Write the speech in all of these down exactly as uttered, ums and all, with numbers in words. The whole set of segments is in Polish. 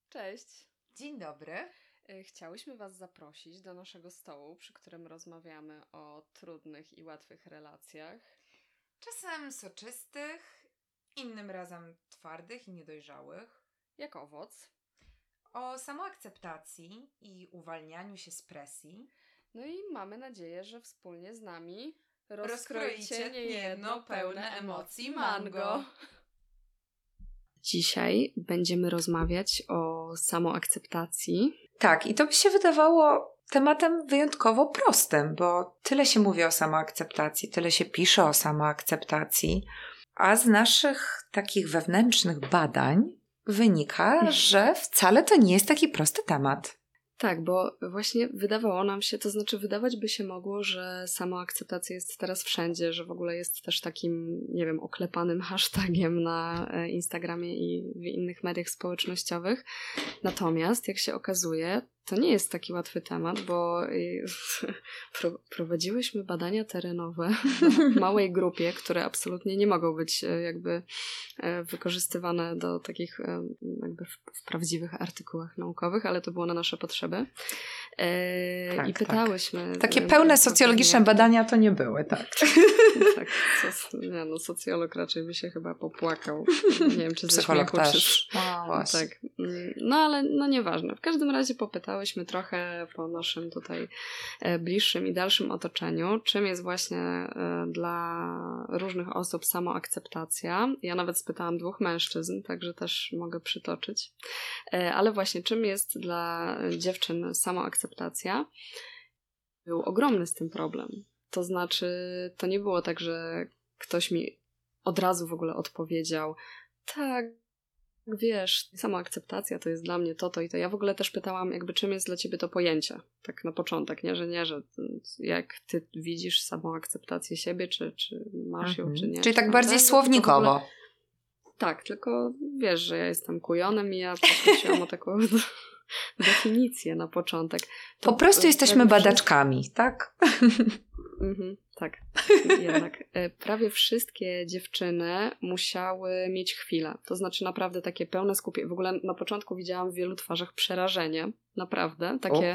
Cześć. Dzień dobry. Chciałyśmy Was zaprosić do naszego stołu, przy którym rozmawiamy o trudnych i łatwych relacjach. Czasem soczystych, innym razem twardych i niedojrzałych. Jak owoc. O samoakceptacji i uwalnianiu się z presji. No i mamy nadzieję, że wspólnie z nami rozkroicie, rozkroicie niejedno pełne emocji mango. Dzisiaj będziemy rozmawiać o samoakceptacji. Tak, i to by się wydawało tematem wyjątkowo prostym, bo tyle się mówi o samoakceptacji, tyle się pisze o samoakceptacji, a z naszych takich wewnętrznych badań wynika, że wcale to nie jest taki prosty temat. Tak, bo właśnie wydawało nam się, to znaczy wydawać by się mogło, że samoakceptacja jest teraz wszędzie, że w ogóle jest też takim, nie wiem, oklepanym hashtagiem na Instagramie i w innych mediach społecznościowych. Natomiast, jak się okazuje, to nie jest taki łatwy temat, bo prowadziłyśmy badania terenowe w małej grupie, które absolutnie nie mogą być jakby wykorzystywane do takich jakby w prawdziwych artykułach naukowych, ale to było na nasze potrzeby. Tak, I pytałyśmy... Tak. Takie pełne socjologiczne badania to nie były, tak. Tak, co, nie, no socjolog raczej by się chyba popłakał. Nie wiem, czy psycholog śmiechu, też. Czy... No, właśnie. Tak. No ale no nieważne. W każdym razie popytałyśmy trochę po naszym tutaj bliższym i dalszym otoczeniu, czym jest właśnie dla różnych osób samoakceptacja. Ja nawet spytałam dwóch mężczyzn, także też mogę przytoczyć. Ale właśnie czym jest dla dziewczyn samoakceptacja? Był ogromny z tym problem. To znaczy, to nie było tak, że ktoś mi od razu w ogóle odpowiedział, tak, wiesz, samoakceptacja to jest dla mnie to, to i to. Ja w ogóle też pytałam, jakby czym jest dla ciebie to pojęcie, tak na początek, nie, że nie, że jak ty widzisz samoakceptację siebie, czy, czy masz ją, mhm. czy nie. Czyli czy tak bardziej tak, słownikowo. ogóle... Tak, tylko wiesz, że ja jestem kujonem i ja poprosiłam o taką definicję na początek. To po prostu jesteśmy badaczkami, wszystko... tak? Mhm, tak, jednak. Prawie wszystkie dziewczyny musiały mieć chwilę. To znaczy naprawdę takie pełne skupienie. W ogóle na początku widziałam w wielu twarzach przerażenie. Naprawdę. Takie,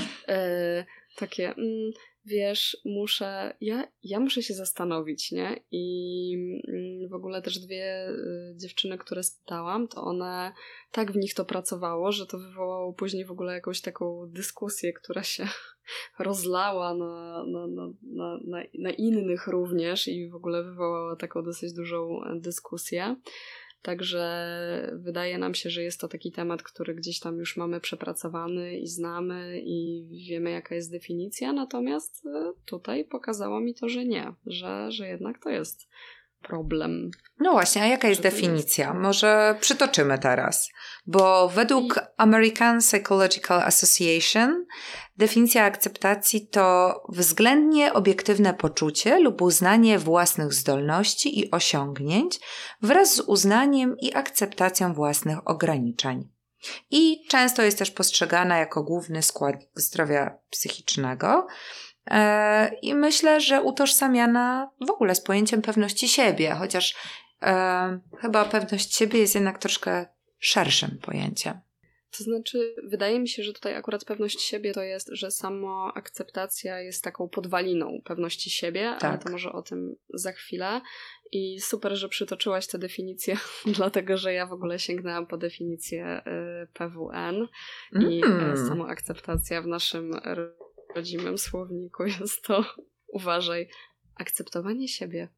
e, takie mm, wiesz, muszę, ja, ja muszę się zastanowić, nie? I mm, w ogóle też dwie y, dziewczyny, które spytałam, to one tak w nich to pracowało, że to wywołało później w ogóle jakąś taką dyskusję, która się rozlała na, na, na, na, na, na innych również i w ogóle wywołała taką dosyć dużą dyskusję. Także wydaje nam się, że jest to taki temat, który gdzieś tam już mamy przepracowany i znamy i wiemy, jaka jest definicja, natomiast tutaj pokazało mi to, że nie, że, że jednak to jest problem. No właśnie, a jaka jest definicja? Jest... Może przytoczymy teraz, bo według I... American Psychological Association definicja akceptacji to względnie obiektywne poczucie lub uznanie własnych zdolności i osiągnięć wraz z uznaniem i akceptacją własnych ograniczeń. I często jest też postrzegana jako główny składnik zdrowia psychicznego. I myślę, że utożsamiana w ogóle z pojęciem pewności siebie, chociaż e, chyba pewność siebie jest jednak troszkę szerszym pojęciem. To znaczy, wydaje mi się, że tutaj akurat pewność siebie to jest, że samoakceptacja jest taką podwaliną pewności siebie, tak. Ale to może o tym za chwilę. I super, że przytoczyłaś tę definicję, dlatego że ja w ogóle sięgnęłam po definicję y, P W N mm. i y, samoakceptacja w naszym rodzimym słowniku jest to, uważaj, akceptowanie siebie.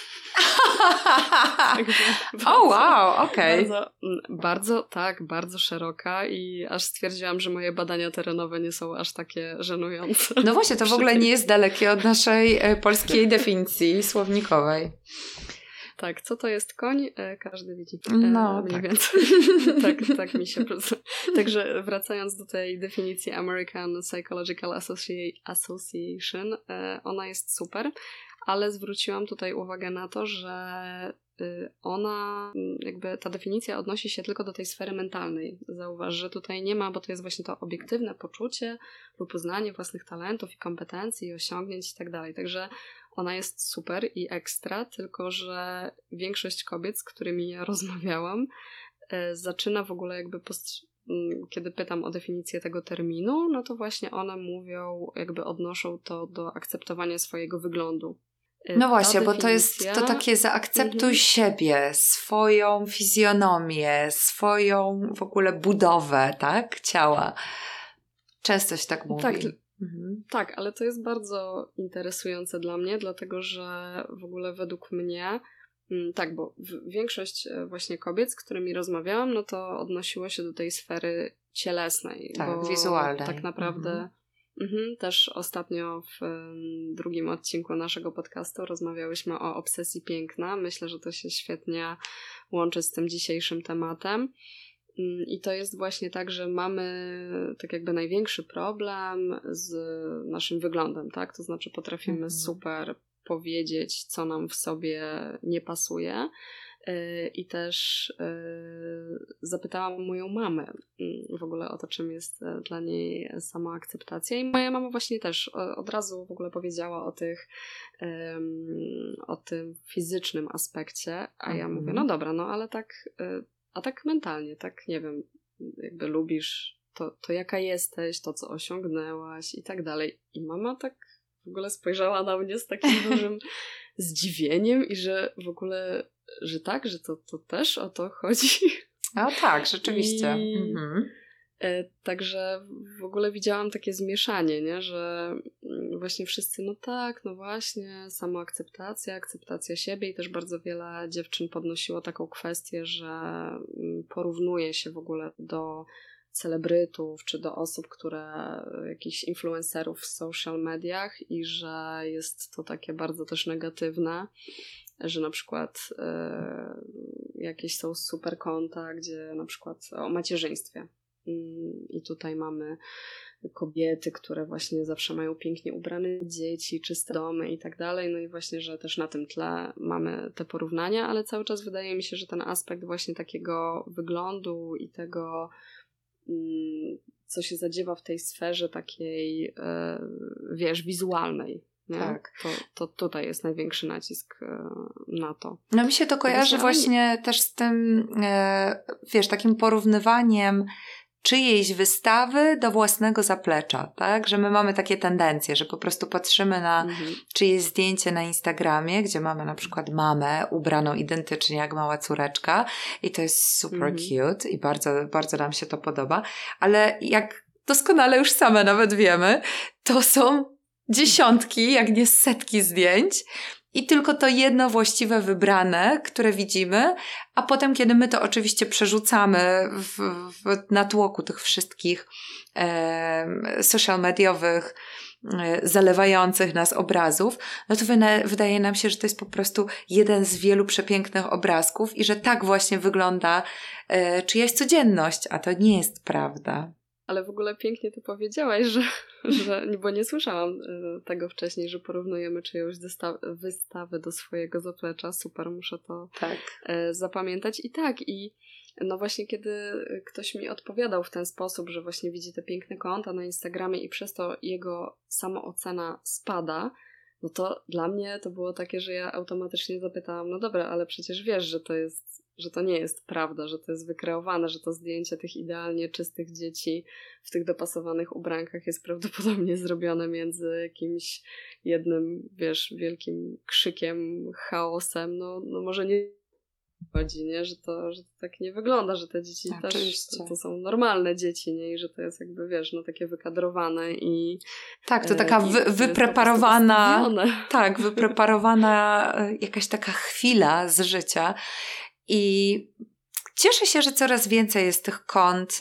O oh, wow, okej. Okay. Bardzo, bardzo, tak, bardzo szeroka i aż stwierdziłam, że moje badania terenowe nie są aż takie żenujące. No właśnie, to w ogóle nie jest dalekie od naszej polskiej definicji słownikowej. Tak, co to jest koń? Każdy widzi. No, mniej tak. więcej. tak, tak mi się... Także wracając do tej definicji American Psychological Association, ona jest super, ale zwróciłam tutaj uwagę na to, że ona, jakby ta definicja odnosi się tylko do tej sfery mentalnej. Zauważ, że tutaj nie ma, bo to jest właśnie to obiektywne poczucie lub uznanie własnych talentów i kompetencji i osiągnięć i tak dalej. Także ona jest super i ekstra, tylko że większość kobiet, z którymi ja rozmawiałam, zaczyna w ogóle jakby post- kiedy pytam o definicję tego terminu, no to właśnie one mówią, jakby odnoszą to do akceptowania swojego wyglądu. No właśnie, definicja... bo to jest to takie zaakceptuj mhm. siebie, swoją fizjonomię, swoją w ogóle budowę, tak? Ciała. Często się tak mówi. Tak, mhm. tak, ale to jest bardzo interesujące dla mnie, dlatego że w ogóle według mnie tak, bo większość właśnie kobiet, z którymi rozmawiałam, no to odnosiło się do tej sfery cielesnej. Tak, bo wizualnej. Tak naprawdę mhm. Mhm, też ostatnio w um, drugim odcinku naszego podcastu rozmawiałyśmy o obsesji piękna. Myślę, że to się świetnie łączy z tym dzisiejszym tematem. I to jest właśnie tak, że mamy tak jakby największy problem z naszym wyglądem, tak? To znaczy potrafimy mhm. super powiedzieć, co nam w sobie nie pasuje. I też zapytałam moją mamę w ogóle o to, czym jest dla niej samoakceptacja. I moja mama właśnie też od razu w ogóle powiedziała o tych, o tym fizycznym aspekcie, a ja mówię, no dobra, no ale tak, a tak mentalnie, tak nie wiem, jakby lubisz to, to jaka jesteś, to co osiągnęłaś i tak dalej. I mama tak w ogóle spojrzała na mnie z takim dużym zdziwieniem i że w ogóle, że tak, że to, to też o to chodzi. No tak, rzeczywiście. I, mhm. e, także w ogóle widziałam takie zmieszanie, nie? Że właśnie wszyscy, no tak, no właśnie, samoakceptacja, akceptacja siebie i też bardzo wiele dziewczyn podnosiło taką kwestię, że porównuje się w ogóle do celebrytów, czy do osób, które, jakichś influencerów w social mediach i że jest to takie bardzo też negatywne, że na przykład e, jakieś są super konta, gdzie na przykład o macierzyństwie i tutaj mamy kobiety, które właśnie zawsze mają pięknie ubrane dzieci, czyste domy i tak dalej, no i właśnie, że też na tym tle mamy te porównania, ale cały czas wydaje mi się, że ten aspekt właśnie takiego wyglądu i tego, co się zadziewa w tej sferze takiej, wiesz, wizualnej. Nie? Tak. To, to tutaj jest największy nacisk na to. No mi się to kojarzy właśnie też z tym, wiesz, takim porównywaniem czyjejś wystawy do własnego zaplecza, tak? Że my mamy takie tendencje, że po prostu patrzymy na mhm. czyjeś zdjęcie na Instagramie, gdzie mamy na przykład mamę ubraną identycznie jak mała córeczka i to jest super mhm. cute i bardzo, bardzo nam się to podoba, ale jak doskonale już same nawet wiemy, to są dziesiątki, jak nie setki zdjęć i tylko to jedno właściwe wybrane, które widzimy, a potem, kiedy my to oczywiście przerzucamy w, w natłoku tych wszystkich e, social mediowych, e, zalewających nas obrazów, no to wyna- wydaje nam się, że to jest po prostu jeden z wielu przepięknych obrazków i że tak właśnie wygląda e, czyjaś codzienność, a to nie jest prawda. Ale w ogóle pięknie to powiedziałaś, że, że bo nie słyszałam tego wcześniej, że porównujemy czyjąś wysta- wystawę do swojego zaplecza. Super, muszę to tak. zapamiętać. I tak, i no właśnie kiedy ktoś mi odpowiadał w ten sposób, że właśnie widzi te piękne konta na Instagramie i przez to jego samoocena spada, no to dla mnie to było takie, że ja automatycznie zapytałam, no dobra, ale przecież wiesz, że to jest że to nie jest prawda, że to jest wykreowane, że to zdjęcie tych idealnie czystych dzieci w tych dopasowanych ubrankach jest prawdopodobnie zrobione między jakimś jednym, wiesz, wielkim krzykiem, chaosem. No, no może nie chodzi, nie? Że to, że to tak nie wygląda, że te dzieci Oczywiście. też to są normalne dzieci, nie? I że to jest jakby, wiesz, no takie wykadrowane i tak, to taka wy, wypreparowana tak, wypreparowana jakaś taka chwila z życia. I cieszę się, że coraz więcej jest tych kont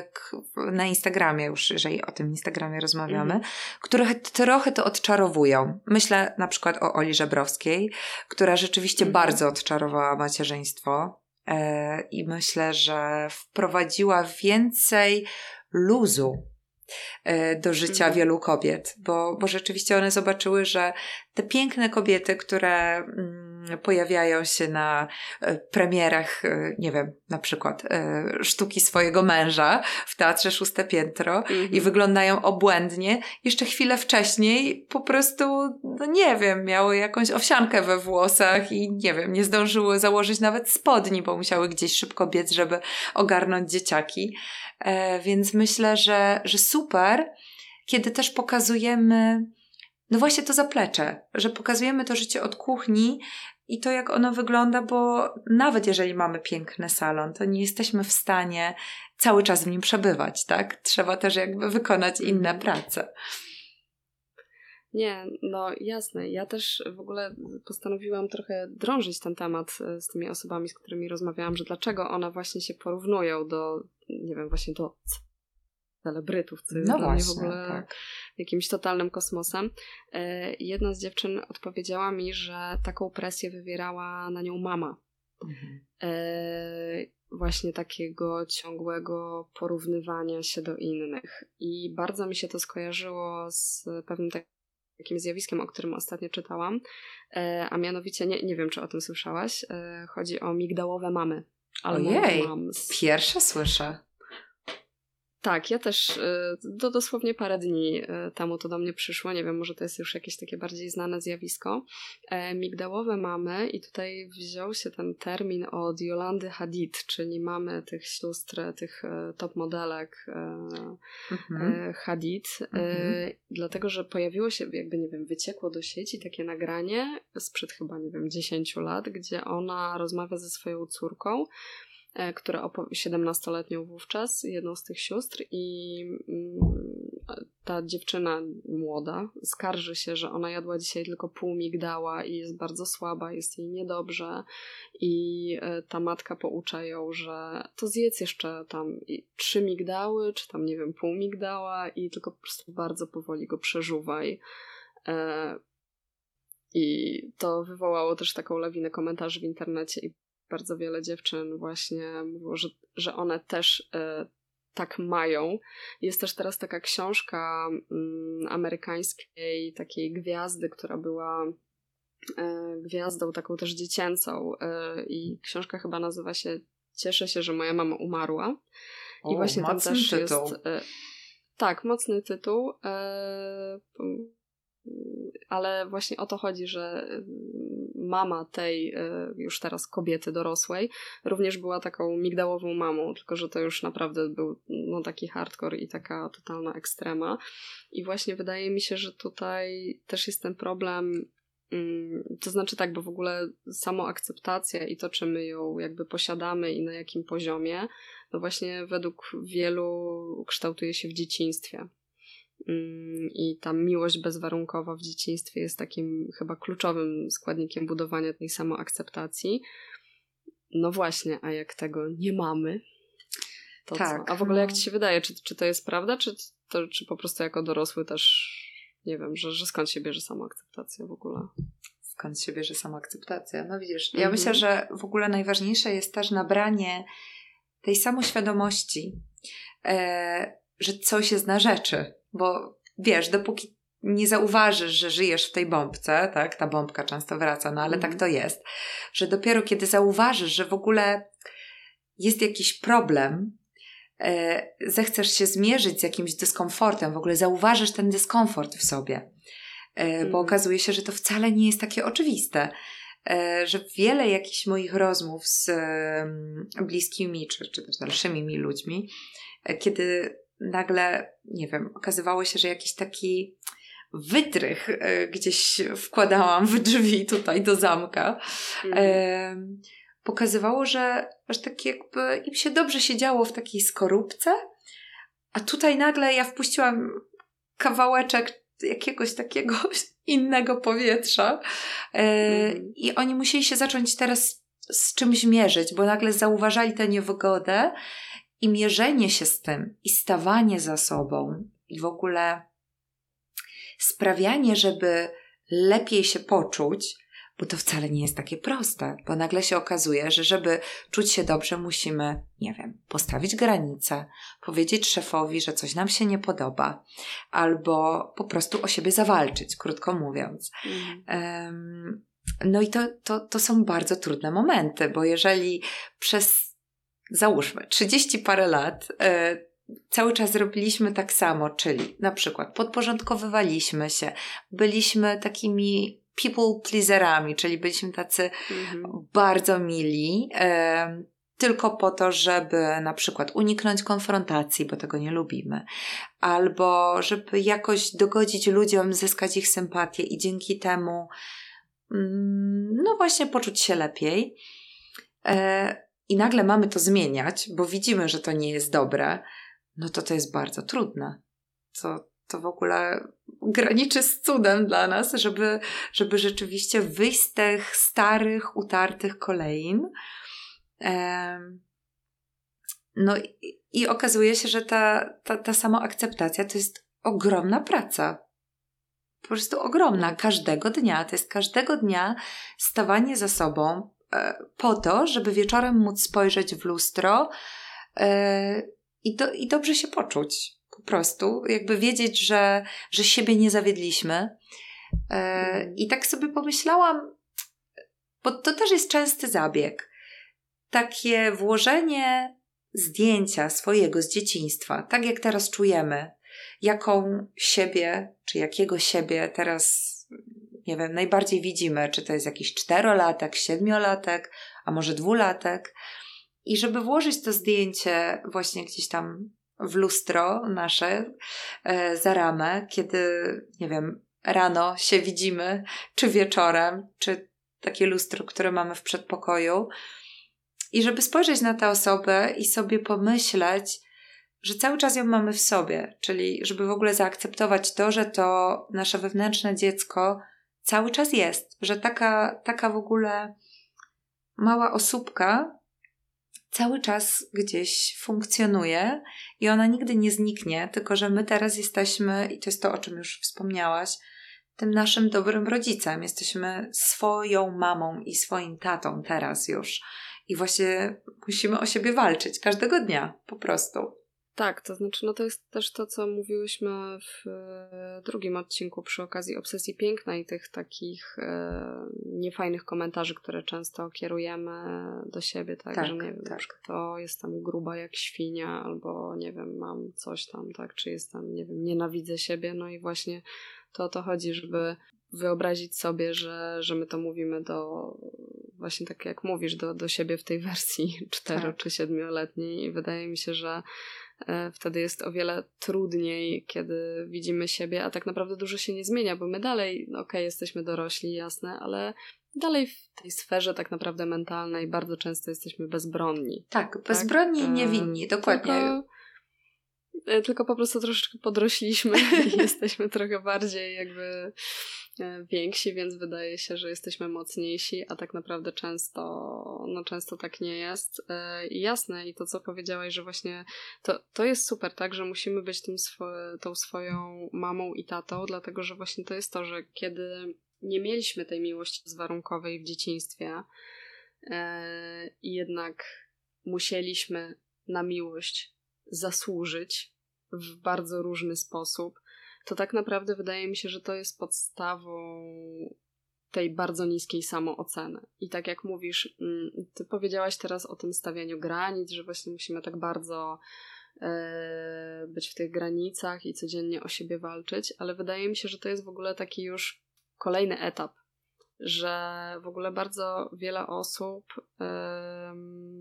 na Instagramie, już jeżeli o tym Instagramie rozmawiamy, mm. które trochę to odczarowują. Myślę na przykład o Oli Żebrowskiej, która rzeczywiście mm. bardzo odczarowała macierzyństwo i myślę, że wprowadziła więcej luzu do życia mm. wielu kobiet, bo, bo rzeczywiście one zobaczyły, że te piękne kobiety, które mm, pojawiają się na e, premierach, e, nie wiem, na przykład e, sztuki swojego męża w Teatrze Szóste Piętro mm-hmm. i wyglądają obłędnie, jeszcze chwilę wcześniej po prostu, no nie wiem, miały jakąś owsiankę we włosach i nie wiem, nie zdążyły założyć nawet spodni, bo musiały gdzieś szybko biec, żeby ogarnąć dzieciaki. E, więc myślę, że, że super, kiedy też pokazujemy no właśnie to zaplecze, że pokazujemy to życie od kuchni i to, jak ono wygląda, bo nawet jeżeli mamy piękny salon, to nie jesteśmy w stanie cały czas w nim przebywać, tak? Trzeba też jakby wykonać inne prace. Nie, no jasne. Ja też w ogóle postanowiłam trochę drążyć ten temat z tymi osobami, z którymi rozmawiałam, że dlaczego one właśnie się porównują do, nie wiem, właśnie do celebrytów, co jest no dla właśnie, mnie w ogóle tak. jakimś totalnym kosmosem. Jedna z dziewczyn odpowiedziała mi, że taką presję wywierała na nią mama. Mhm. Właśnie takiego ciągłego porównywania się do innych. I bardzo mi się to skojarzyło z pewnym takim zjawiskiem, o którym ostatnio czytałam, a mianowicie, nie, nie wiem, czy o tym słyszałaś, chodzi o migdałowe mamy. Ojej, pierwsze słyszę. Tak, ja też do dosłownie parę dni temu to do mnie przyszło, nie wiem, może to jest już jakieś takie bardziej znane zjawisko. Migdałowe mamy i tutaj wziął się ten termin od Yolandy Hadid, czyli mamy tych sióstr, tych top modelek mhm. Hadid, mhm. dlatego, że pojawiło się, jakby nie wiem, wyciekło do sieci takie nagranie sprzed chyba, nie wiem, dziesięciu lat, gdzie ona rozmawia ze swoją córką, która opo- siedemnastoletnią wówczas, jedną z tych sióstr i ta dziewczyna młoda skarży się, że ona jadła dzisiaj tylko pół migdała i jest bardzo słaba, jest jej niedobrze i ta matka poucza ją, że to zjedz jeszcze tam trzy migdały, czy tam nie wiem, pół migdała i tylko po prostu bardzo powoli go przeżuwaj. I to wywołało też taką lawinę komentarzy w internecie i bardzo wiele dziewczyn właśnie mówiło, że, że one też e, tak mają. Jest też teraz taka książka mm, amerykańskiej takiej gwiazdy, która była e, gwiazdą taką też dziecięcą e, i książka chyba nazywa się Cieszę się, że moja mama umarła. I o, właśnie tam też tytuł. jest... E, tak, mocny tytuł. E, ale właśnie o to chodzi, że mama tej już teraz kobiety dorosłej również była taką migdałową mamą, tylko że to już naprawdę był no, taki hardcore i taka totalna ekstrema. I właśnie wydaje mi się, że tutaj też jest ten problem, to znaczy tak, bo w ogóle samoakceptacja i to, czy my ją jakby posiadamy i na jakim poziomie, no właśnie według wielu kształtuje się w dzieciństwie. I ta miłość bezwarunkowa w dzieciństwie jest takim chyba kluczowym składnikiem budowania tej samoakceptacji. No właśnie, a jak tego nie mamy, to tak, co? A w ogóle jak ci się wydaje, czy, czy to jest prawda, czy, to, czy po prostu jako dorosły też, nie wiem, że, że skąd się bierze samoakceptacja w ogóle? Skąd się bierze samoakceptacja? No widzisz, ja mhm. myślę, że w ogóle najważniejsze jest też nabranie tej samoświadomości, e, że coś jest na rzeczy. Bo wiesz, dopóki nie zauważysz, że żyjesz w tej bombce, tak, ta bombka często wraca, no ale mm. tak to jest, że dopiero kiedy zauważysz, że w ogóle jest jakiś problem, e, zechcesz się zmierzyć z jakimś dyskomfortem, w ogóle zauważysz ten dyskomfort w sobie, e, mm. bo okazuje się, że to wcale nie jest takie oczywiste, e, że wiele jakichś moich rozmów z e, bliskimi, czy, czy też dalszymi mi ludźmi, e, kiedy nagle, nie wiem, okazywało się, że jakiś taki wytrych y, gdzieś wkładałam w drzwi tutaj do zamka. Mm. Y, pokazywało, że aż tak jakby im się dobrze siedziało w takiej skorupce, a tutaj nagle ja wpuściłam kawałeczek jakiegoś takiego innego powietrza y, mm. i oni musieli się zacząć teraz z czymś mierzyć, bo nagle zauważali tę niewygodę. I mierzenie się z tym, i stawanie za sobą, i w ogóle sprawianie, żeby lepiej się poczuć, bo to wcale nie jest takie proste, bo nagle się okazuje, że żeby czuć się dobrze, musimy, nie wiem, postawić granice, powiedzieć szefowi, że coś nam się nie podoba, albo po prostu o siebie zawalczyć, krótko mówiąc. Mhm. Um, no i to, to, to są bardzo trudne momenty, bo jeżeli przez, załóżmy, trzydzieści parę lat yy, cały czas robiliśmy tak samo, czyli na przykład podporządkowywaliśmy się, byliśmy takimi people pleaserami, czyli byliśmy tacy mhm. bardzo mili, e, tylko po to, żeby na przykład uniknąć konfrontacji, bo tego nie lubimy, albo żeby jakoś dogodzić ludziom, zyskać ich sympatię i dzięki temu mm, no właśnie poczuć się lepiej. E, I nagle mamy to zmieniać, bo widzimy, że to nie jest dobre, no to to jest bardzo trudne. To, to w ogóle graniczy z cudem dla nas, żeby, żeby rzeczywiście wyjść z tych starych, utartych kolein. Ehm, no i, i okazuje się, że ta, ta, ta samoakceptacja to jest ogromna praca. Po prostu ogromna. Każdego dnia. To jest każdego dnia stawanie za sobą e, po to, żeby wieczorem móc spojrzeć w lustro e, I, do, I dobrze się poczuć, po prostu. Jakby wiedzieć, że, że siebie nie zawiedliśmy. E, I tak sobie pomyślałam, bo to też jest częsty zabieg. Takie włożenie zdjęcia swojego z dzieciństwa, tak jak teraz czujemy, jaką siebie, czy jakiego siebie teraz, nie wiem, najbardziej widzimy, czy to jest jakiś czterolatek, siedmiolatek, a może dwulatek. I żeby włożyć to zdjęcie właśnie gdzieś tam w lustro nasze, e, za ramę, kiedy, nie wiem, rano się widzimy, czy wieczorem, czy takie lustro, które mamy w przedpokoju. I żeby spojrzeć na tę osobę i sobie pomyśleć, że cały czas ją mamy w sobie, czyli żeby w ogóle zaakceptować to, że to nasze wewnętrzne dziecko cały czas jest, że taka, taka w ogóle mała osóbka cały czas gdzieś funkcjonuje i ona nigdy nie zniknie, tylko że my teraz jesteśmy, i to jest to, o czym już wspomniałaś, tym naszym dobrym rodzicem. Jesteśmy swoją mamą i swoim tatą teraz już. I właśnie musimy o siebie walczyć każdego dnia, po prostu. Tak, to znaczy, no to jest też to, co mówiłyśmy w drugim odcinku przy okazji obsesji piękna i tych takich e, niefajnych komentarzy, które często kierujemy do siebie, tak, tak że nie wiem, tak. to jestem gruba jak świnia, albo nie wiem, mam coś tam, tak, czy jestem, nie wiem, nienawidzę siebie, no i właśnie to o to chodzi, żeby wyobrazić sobie, że, że my to mówimy do, właśnie tak jak mówisz, do, do siebie w tej wersji cztero- tak. czy siedmioletniej i wydaje mi się, że wtedy jest o wiele trudniej, kiedy widzimy siebie, a tak naprawdę dużo się nie zmienia, bo my dalej, okej, okay, jesteśmy dorośli, jasne, ale dalej w tej sferze tak naprawdę mentalnej bardzo często jesteśmy bezbronni. Tak, tak? bezbronni i niewinni, dokładnie. Tylko, tylko po prostu troszeczkę podrośliśmy i jesteśmy trochę bardziej jakby więksi, więc wydaje się, że jesteśmy mocniejsi, a tak naprawdę często, no często tak nie jest. I jasne, i to co powiedziałaś, że właśnie to, to jest super, tak, że musimy być tym swo- tą swoją mamą i tatą, dlatego że właśnie to jest to, że kiedy nie mieliśmy tej miłości bezwarunkowej w dzieciństwie i jednak musieliśmy na miłość zasłużyć w bardzo różny sposób, to tak naprawdę wydaje mi się, że to jest podstawą tej bardzo niskiej samooceny. I tak jak mówisz, ty powiedziałaś teraz o tym stawianiu granic, że właśnie musimy tak bardzo e, być w tych granicach i codziennie o siebie walczyć, ale wydaje mi się, że to jest w ogóle taki już kolejny etap, że w ogóle bardzo wiele osób e,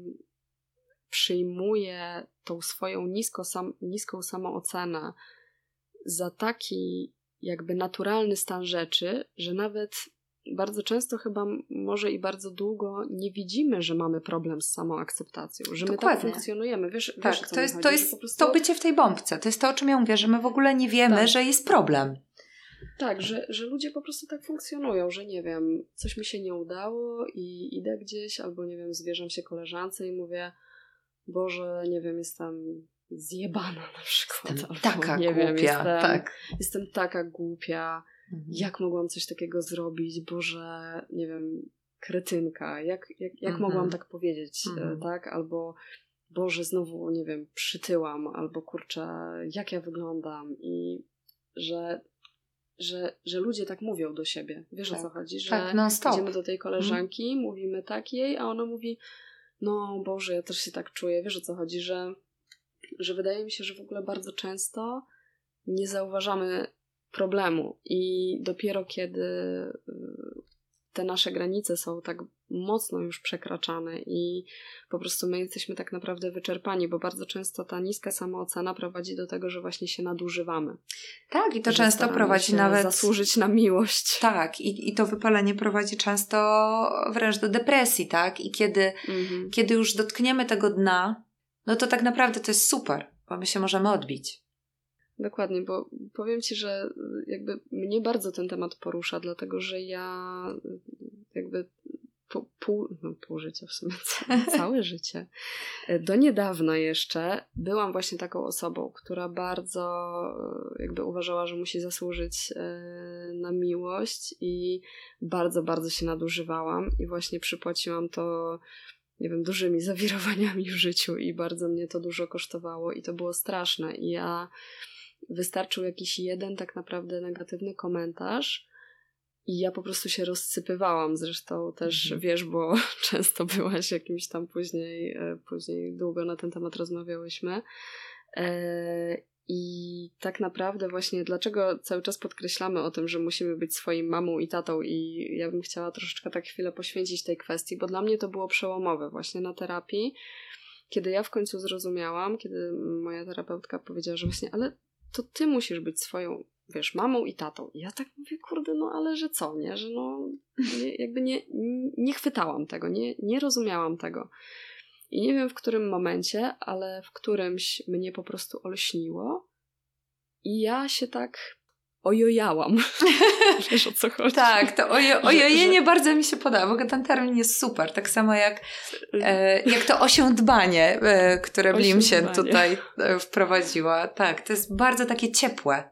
przyjmuje tą swoją nisko sam, niską samoocenę za taki jakby naturalny stan rzeczy, że nawet bardzo często chyba może i bardzo długo nie widzimy, że mamy problem z samoakceptacją, że my Dokładnie. tak funkcjonujemy. Wiesz, tak, wiesz, to jest, chodzi, to, jest po prostu... to bycie w tej bombce. To jest to, o czym ja mówię, że my w ogóle nie wiemy, tak. że jest problem. Tak, że, że ludzie po prostu tak funkcjonują, że nie wiem, coś mi się nie udało i idę gdzieś, albo nie wiem, zwierzam się koleżance i mówię, Boże, nie wiem, jestem zjebana na przykład. Jestem albo, taka nie głupia. Wiem, jestem, tak. jestem taka głupia. mhm. jak mogłam coś takiego zrobić, Boże, nie wiem, kretynka, jak, jak, jak mhm. mogłam tak powiedzieć, mhm. tak? Albo Boże, znowu, nie wiem, przytyłam, albo kurczę, jak ja wyglądam i że, że, że ludzie tak mówią do siebie. Wiesz, tak. o co chodzi? Że tak, non stop. Idziemy do tej koleżanki, hmm. mówimy tak jej, a ona mówi, no Boże, ja też się tak czuję. Wiesz, o co chodzi? Że, że wydaje mi się, że w ogóle bardzo często nie zauważamy problemu i dopiero kiedy te nasze granice są tak mocno już przekraczane i po prostu my jesteśmy tak naprawdę wyczerpani, bo bardzo często ta niska samoocena prowadzi do tego, że właśnie się nadużywamy. Tak, i to często prowadzi nawet... zasłużyć na miłość. Tak, i, i to wypalenie prowadzi często wręcz do depresji, tak? I kiedy, mhm. kiedy już dotkniemy tego dna, no to tak naprawdę to jest super, bo my się możemy odbić. Dokładnie, bo powiem Ci, że jakby mnie bardzo ten temat porusza, dlatego że ja jakby pół, pół, no pół życia w sumie, całe życie, do niedawna jeszcze byłam właśnie taką osobą, która bardzo jakby uważała, że musi zasłużyć na miłość i bardzo, bardzo się nadużywałam i właśnie przypłaciłam to, nie wiem, dużymi zawirowaniami w życiu i bardzo mnie to dużo kosztowało i to było straszne i ja wystarczył jakiś jeden tak naprawdę negatywny komentarz i ja po prostu się rozsypywałam. Zresztą też mhm. wiesz, bo często byłaś jakimś tam później, później długo na ten temat rozmawiałyśmy. I tak naprawdę właśnie dlaczego cały czas podkreślamy o tym, że musimy być swoim mamą i tatą i ja bym chciała troszeczkę tak chwilę poświęcić tej kwestii, bo dla mnie to było przełomowe właśnie na terapii, kiedy ja w końcu zrozumiałam, kiedy moja terapeutka powiedziała, że właśnie, ale to ty musisz być swoją, wiesz, mamą i tatą. I ja tak mówię, kurde, no ale że co, nie? Że no, nie, jakby nie, nie chwytałam tego, nie, nie rozumiałam tego. I nie wiem w którym momencie, ale w którymś mnie po prostu olśniło i ja się tak ojojałam. Wiesz, o co chodzi? Tak, to ojo, ojojenie że, że... bardzo mi się podoba, bo ten termin jest super. Tak samo jak, e, jak to osiądbanie, e, które Blim się tutaj e, wprowadziła. Tak, to jest bardzo takie ciepłe.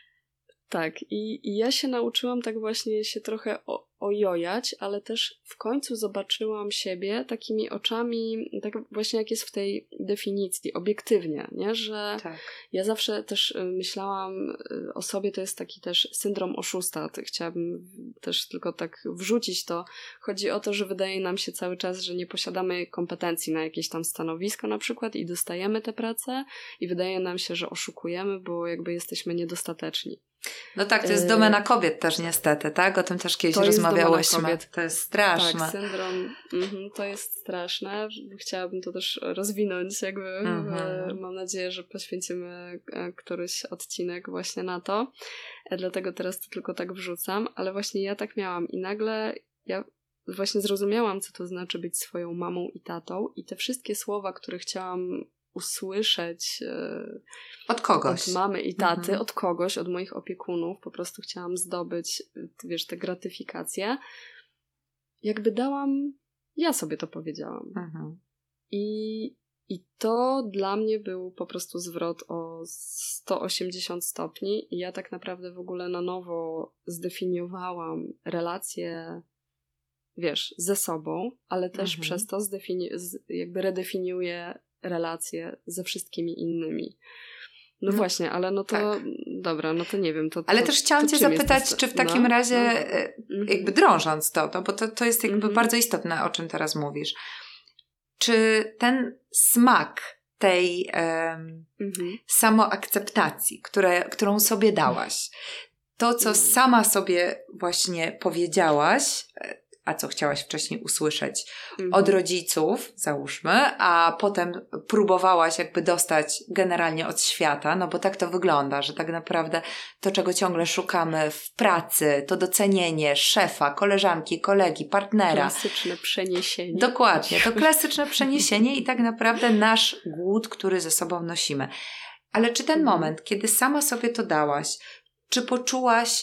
Tak, i, i ja się nauczyłam tak właśnie się trochę o, ojojać, ale też w końcu zobaczyłam siebie takimi oczami, tak właśnie jak jest w tej definicji, obiektywnie, nie? Że tak. Ja zawsze też myślałam o sobie, to jest taki też syndrom oszusta, chciałabym też tylko tak wrzucić to. Chodzi o to, że wydaje nam się cały czas, że nie posiadamy kompetencji na jakieś tam stanowisko na przykład i dostajemy tę pracę i wydaje nam się, że oszukujemy, bo jakby jesteśmy niedostateczni. No tak, to jest domena kobiet też niestety, tak? O tym też kiedyś to rozmawiałyśmy. To jest straszne. Tak, syndrom, mm, to jest straszne. Chciałabym to też rozwinąć jakby. Mm-hmm. Mam nadzieję, że poświęcimy któryś odcinek właśnie na to. Dlatego teraz to tylko tak wrzucam. Ale właśnie ja tak miałam i nagle ja właśnie zrozumiałam, co to znaczy być swoją mamą i tatą i te wszystkie słowa, które chciałam usłyszeć e, od kogoś. Od mamy i taty, mhm. od kogoś, od moich opiekunów. Po prostu chciałam zdobyć, wiesz, tę gratyfikację. Jakby dałam, ja sobie to powiedziałam. Mhm. I, I to dla mnie był po prostu zwrot o sto osiemdziesiąt stopni i ja tak naprawdę w ogóle na nowo zdefiniowałam relacje, wiesz, ze sobą, ale też mhm. przez to zdefini- z, jakby redefiniuję relacje ze wszystkimi innymi. No, no właśnie, ale no to tak. Dobra, no to nie wiem. To, ale to, też chciałam to Cię zapytać, czy w takim no, razie no, no. jakby drążąc to, to bo to, to jest jakby mm-hmm. bardzo istotne, o czym teraz mówisz. Czy ten smak tej um, mm-hmm. samoakceptacji, które, którą sobie dałaś, to co mm. sama sobie właśnie powiedziałaś, a co chciałaś wcześniej usłyszeć mhm. od rodziców, załóżmy, a potem próbowałaś jakby dostać generalnie od świata, no bo tak to wygląda, że tak naprawdę to, czego ciągle szukamy w pracy, to docenienie szefa, koleżanki, kolegi, partnera. Klasyczne przeniesienie. Dokładnie, to klasyczne przeniesienie i tak naprawdę nasz głód, który ze sobą nosimy. Ale czy ten mhm. moment, kiedy sama sobie to dałaś, czy poczułaś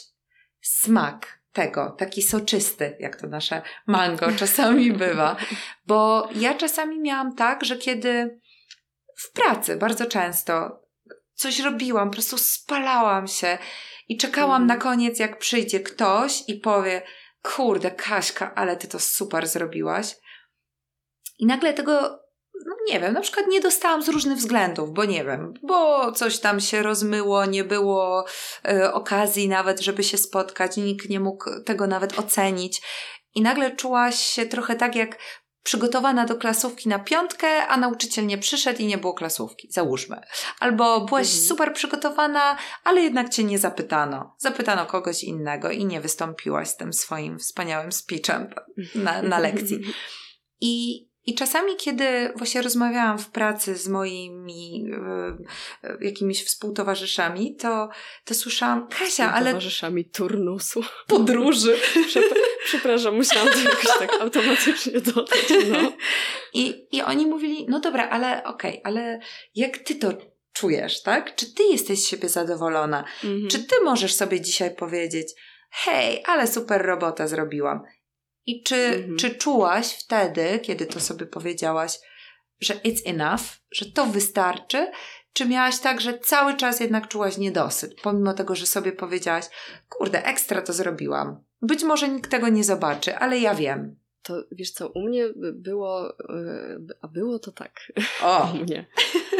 smak tego, taki soczysty, jak to nasze mango czasami bywa, bo ja czasami miałam tak, że kiedy w pracy bardzo często coś robiłam, po prostu spalałam się i czekałam mm. na koniec, jak przyjdzie ktoś i powie, kurde, Kaśka, ale ty to super zrobiłaś. I nagle tego, no nie wiem, na przykład nie dostałam z różnych względów, bo nie wiem, bo coś tam się rozmyło, nie było y, okazji nawet, żeby się spotkać, nikt nie mógł tego nawet ocenić. I nagle czułaś się trochę tak, jak przygotowana do klasówki na piątkę, a nauczyciel nie przyszedł i nie było klasówki, załóżmy. Albo byłaś mhm. super przygotowana, ale jednak cię nie zapytano. Zapytano kogoś innego i nie wystąpiłaś z tym swoim wspaniałym speechem na, na lekcji. I I czasami, kiedy właśnie rozmawiałam w pracy z moimi y, jakimiś współtowarzyszami, to, to słyszałam, Kasia, ale... Współtowarzyszami turnusu. Podróży. Przep- Przepraszam, musiałam to jakoś tak automatycznie dodać. No. I, I oni mówili, no dobra, ale okej, okay, ale jak ty to czujesz, tak? Czy ty jesteś z siebie zadowolona? Mhm. Czy ty możesz sobie dzisiaj powiedzieć, hej, ale super robotę zrobiłam. I czy, mhm. czy czułaś wtedy, kiedy to sobie powiedziałaś, że it's enough, że to wystarczy? Czy miałaś tak, że cały czas jednak czułaś niedosyt, pomimo tego, że sobie powiedziałaś, kurde, ekstra to zrobiłam. Być może nikt tego nie zobaczy, ale ja wiem. To wiesz co, u mnie było, a było to tak. O! U mnie.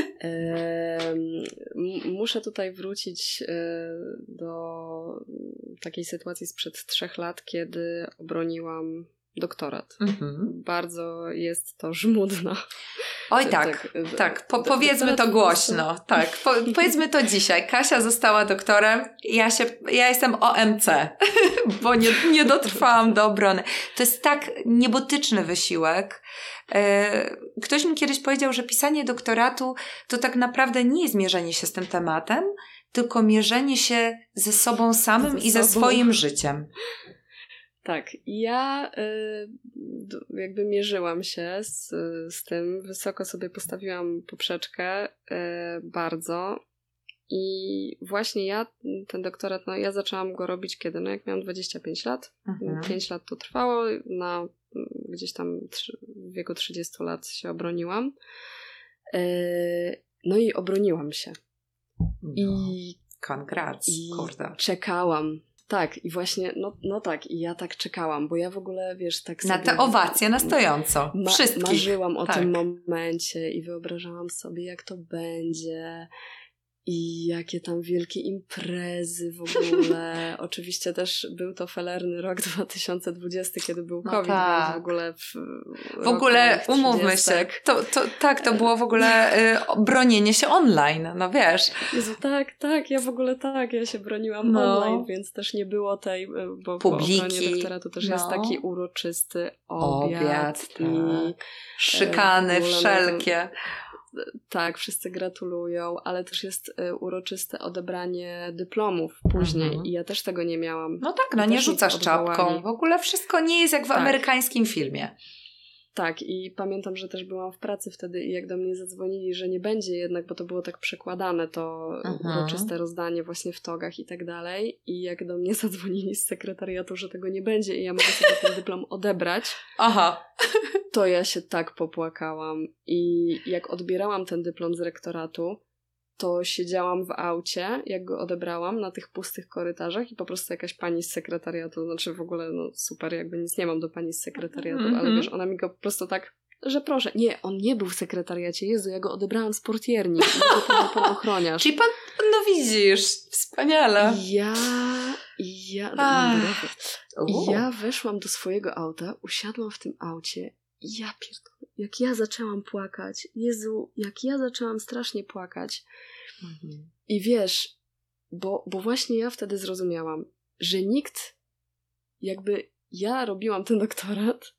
Muszę tutaj wrócić do takiej sytuacji sprzed trzech lat, kiedy obroniłam doktorat. Mhm. Bardzo jest to żmudna. Oj tak, tak. tak. Po, powiedzmy to głośno. Tak, po, powiedzmy to dzisiaj. Kasia została doktorem, ja, się, ja jestem O M C, bo nie, nie dotrwałam do obrony. To jest tak niebotyczny wysiłek. Ktoś mi kiedyś powiedział, że pisanie doktoratu to tak naprawdę nie jest mierzenie się z tym tematem, tylko mierzenie się ze sobą samym ze i sobą. Ze swoim życiem. Tak, ja y, jakby mierzyłam się z, z tym, wysoko sobie postawiłam poprzeczkę y, bardzo i właśnie ja ten doktorat, no ja zaczęłam go robić kiedy? No jak miałam dwadzieścia pięć lat, mhm. pięć lat to trwało, na gdzieś tam trzy, w wieku trzydziestu lat się obroniłam. Y, no i obroniłam się. No, I congrats, i kurde. Czekałam. Tak, i właśnie, no, no tak, i ja tak czekałam, bo ja w ogóle, wiesz, tak sobie... Na tę owację, na stojąco, ma- wszystkich. Marzyłam o tak. tym momencie i wyobrażałam sobie, jak to będzie i jakie tam wielkie imprezy w ogóle. Oczywiście też był to felerny rok dwa tysiące dwudziesty, kiedy był no COVID, tak. więc w ogóle... W, w ogóle, umówmy się, to, to, tak, to było w ogóle y, bronienie się online, no wiesz. Jezu, tak, tak, ja w ogóle tak, ja się broniłam no. online, więc też nie było tej, bo publiki. Po obronie doktoratu też no. jest taki uroczysty obiad. Obiad, i tak. Szykany wszelkie. Tak, wszyscy gratulują, ale też jest y, uroczyste odebranie dyplomów później mhm. i ja też tego nie miałam. No tak, no nie rzucasz czapką. W ogóle wszystko nie jest jak w tak. amerykańskim filmie. Tak, i pamiętam, że też byłam w pracy wtedy i jak do mnie zadzwonili, że nie będzie jednak, bo to było tak przekładane, to mhm. uroczyste rozdanie właśnie w togach i tak dalej. I jak do mnie zadzwonili z sekretariatu, że tego nie będzie i ja mogę sobie ten dyplom odebrać, aha, to ja się tak popłakałam. I jak odbierałam ten dyplom z rektoratu, to siedziałam w aucie, jak go odebrałam, na tych pustych korytarzach i po prostu jakaś pani z sekretariatu, znaczy w ogóle no super, jakby nic nie mam do pani z sekretariatu, mm-hmm. ale wiesz, ona mi go po prostu tak, że proszę, nie, on nie był w sekretariacie, Jezu, ja go odebrałam z portierni, nie pan, pan ochroniarz. Czyli pan, no widzisz, wspaniale. Ja, ja, no, uh. ja weszłam do swojego auta, usiadłam w tym aucie i ja pierdolę. Jak ja zaczęłam płakać, Jezu, jak ja zaczęłam strasznie płakać. Mhm. I wiesz, bo, bo właśnie ja wtedy zrozumiałam, że nikt, jakby ja robiłam ten doktorat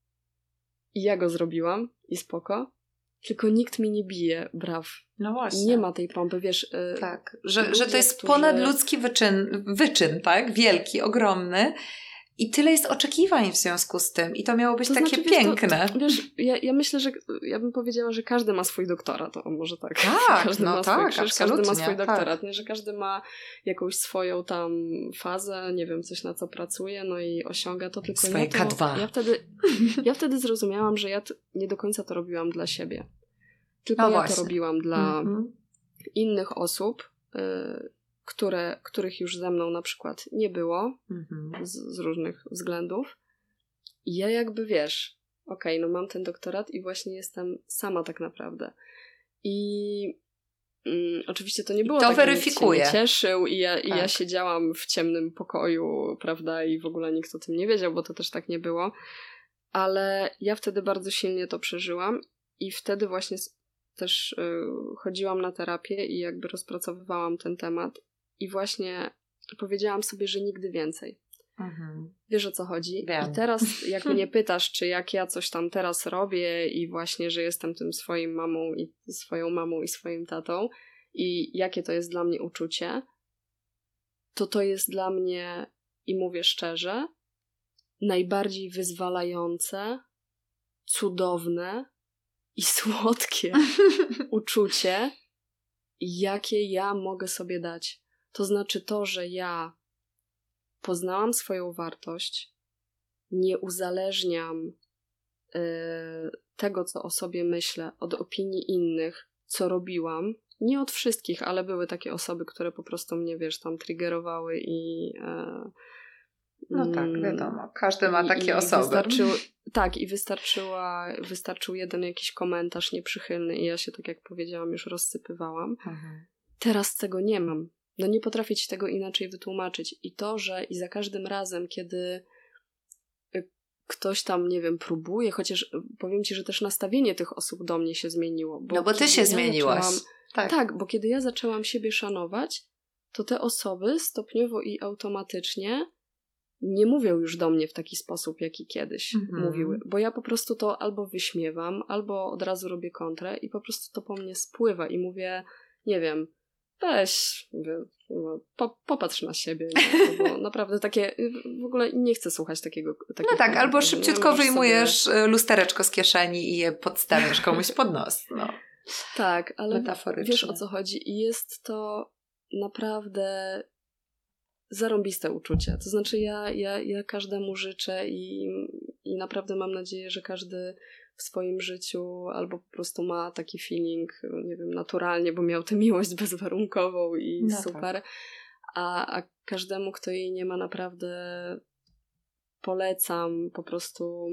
i ja go zrobiłam i spoko, tylko nikt mi nie bije braw. No właśnie. Nie ma tej pompy, wiesz. Tak, że, ludzie, że to jest którzy... ponadludzki wyczyn, wyczyn, tak? Wielki, ogromny. I tyle jest oczekiwań w związku z tym. I to miało być to takie znaczy, piękne. Wiesz, to, wiesz ja, ja myślę, że ja bym powiedziała, że każdy ma swój doktorat. O, może tak. Tak, każdy no ma tak, swój, każdy ma swój doktorat. Tak. Nie? Że każdy ma jakąś swoją tam fazę, nie wiem, coś na co pracuje, no i osiąga to. Tylko swoje ja to, K dwa. Ja wtedy, ja wtedy zrozumiałam, że ja t- nie do końca to robiłam dla siebie. Tylko no ja właśnie. to robiłam dla... Mm-hmm. innych osób, y, które, których już ze mną na przykład nie było mhm. z, z różnych względów. I ja jakby, wiesz, okej, okay, no mam ten doktorat i właśnie jestem sama tak naprawdę. I mm, oczywiście to nie było to tak, weryfikuje. że nikt się nie cieszył i ja, tak. i ja siedziałam w ciemnym pokoju, prawda, i w ogóle nikt o tym nie wiedział, bo to też tak nie było. Ale ja wtedy bardzo silnie to przeżyłam i wtedy właśnie też y, chodziłam na terapię i jakby rozpracowywałam ten temat i właśnie powiedziałam sobie, że nigdy więcej. Mhm. Wiesz, o co chodzi? Wiem. I teraz jak mnie pytasz, czy jak ja coś tam teraz robię i właśnie, że jestem tym swoim mamą i swoją mamą i swoim tatą i jakie to jest dla mnie uczucie, to to jest dla mnie, i mówię szczerze, najbardziej wyzwalające, cudowne i słodkie uczucie, jakie ja mogę sobie dać. To znaczy to, że ja poznałam swoją wartość, nie uzależniam y, tego, co o sobie myślę, od opinii innych, co robiłam. Nie od wszystkich, ale były takie osoby, które po prostu mnie, wiesz, tam triggerowały i... Y, no tak, wiadomo. Każdy ma takie i, osoby. Wystarczył, tak, i wystarczyła, wystarczył jeden jakiś komentarz nieprzychylny i ja się, tak jak powiedziałam, już rozsypywałam. Mhm. Teraz tego nie mam. No nie potrafię ci tego inaczej wytłumaczyć. I to, że i za każdym razem, kiedy ktoś tam, nie wiem, próbuje, chociaż powiem ci, że też nastawienie tych osób do mnie się zmieniło. Bo no bo ty się ja zmieniłaś. Zaczęłam, tak. tak, bo kiedy ja zaczęłam siebie szanować, to te osoby stopniowo i automatycznie nie mówią już do mnie w taki sposób, jaki kiedyś mhm. mówiły. Bo ja po prostu to albo wyśmiewam, albo od razu robię kontrę i po prostu to po mnie spływa i mówię, nie wiem, weź, po, popatrz na siebie. Nie? Bo naprawdę takie, w ogóle nie chcę słuchać takiego. No tak, albo szybciutko ja wyjmujesz sobie... lustereczko z kieszeni i je podstawiasz komuś pod nos. No. Tak, ale wiesz, o co chodzi. I jest to naprawdę zarąbiste uczucie. To znaczy ja, ja, ja każdemu życzę i, i naprawdę mam nadzieję, że każdy w swoim życiu albo po prostu ma taki feeling, nie wiem, naturalnie, bo miał tę miłość bezwarunkową i no super. Tak. A, a każdemu, kto jej nie ma, naprawdę polecam po prostu.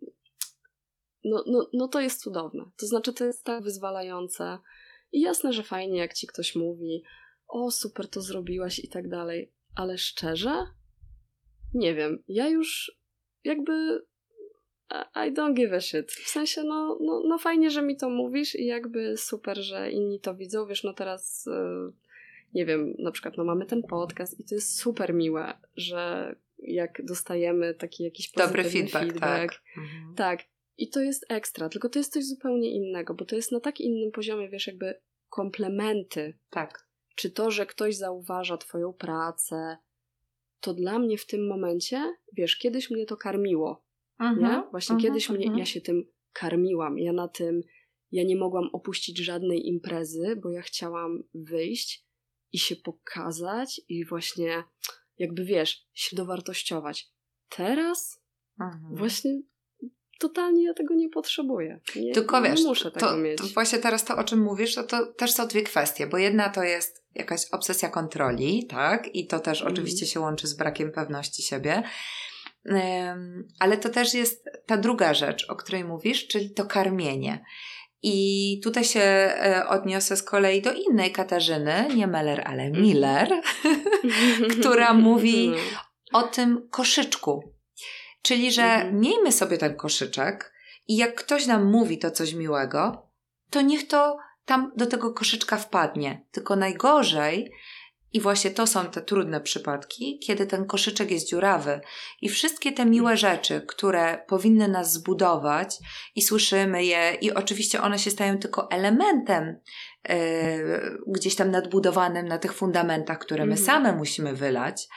No, no, no to jest cudowne. To znaczy to jest tak wyzwalające i jasne, że fajnie, jak ci ktoś mówi, o super, to zrobiłaś i tak dalej. Ale szczerze? Nie wiem. Ja już jakby I don't give a shit. W sensie, no, no, no fajnie, że mi to mówisz i jakby super, że inni to widzą. Wiesz, no teraz yy, nie wiem, na przykład no mamy ten podcast i to jest super miłe, że jak dostajemy taki jakiś pozytywny dobry feedback, feedback tak. Mhm. Tak. I to jest ekstra. Tylko to jest coś zupełnie innego, bo to jest na tak innym poziomie, wiesz, jakby komplementy. Tak. Czy to, że ktoś zauważa twoją pracę, to dla mnie w tym momencie, wiesz, kiedyś mnie to karmiło. Uh-huh, nie? Właśnie uh-huh, kiedyś uh-huh. mnie, ja się tym karmiłam. Ja na tym, ja nie mogłam opuścić żadnej imprezy, bo ja chciałam wyjść i się pokazać i właśnie jakby, wiesz, się dowartościować. Teraz uh-huh. właśnie totalnie ja tego nie potrzebuję. Nie, Tylko wiesz, nie muszę tego to, mieć. To właśnie teraz to, o czym mówisz, to, to też są dwie kwestie, bo jedna to jest jakaś obsesja kontroli, tak? I to też mm. oczywiście się łączy z brakiem pewności siebie. Um, ale to też jest ta druga rzecz, o której mówisz, czyli to karmienie. I tutaj się e, odniosę z kolei do innej Katarzyny, nie Meller, ale Miller, która mówi o tym koszyczku. Czyli, że mhm. miejmy sobie ten koszyczek i jak ktoś nam mówi to coś miłego, to niech to tam do tego koszyczka wpadnie. Tylko najgorzej, i właśnie to są te trudne przypadki, kiedy ten koszyczek jest dziurawy i wszystkie te miłe rzeczy, które powinny nas zbudować i słyszymy je i oczywiście one się stają tylko elementem yy, gdzieś tam nadbudowanym na tych fundamentach, które my mhm. same musimy wylać.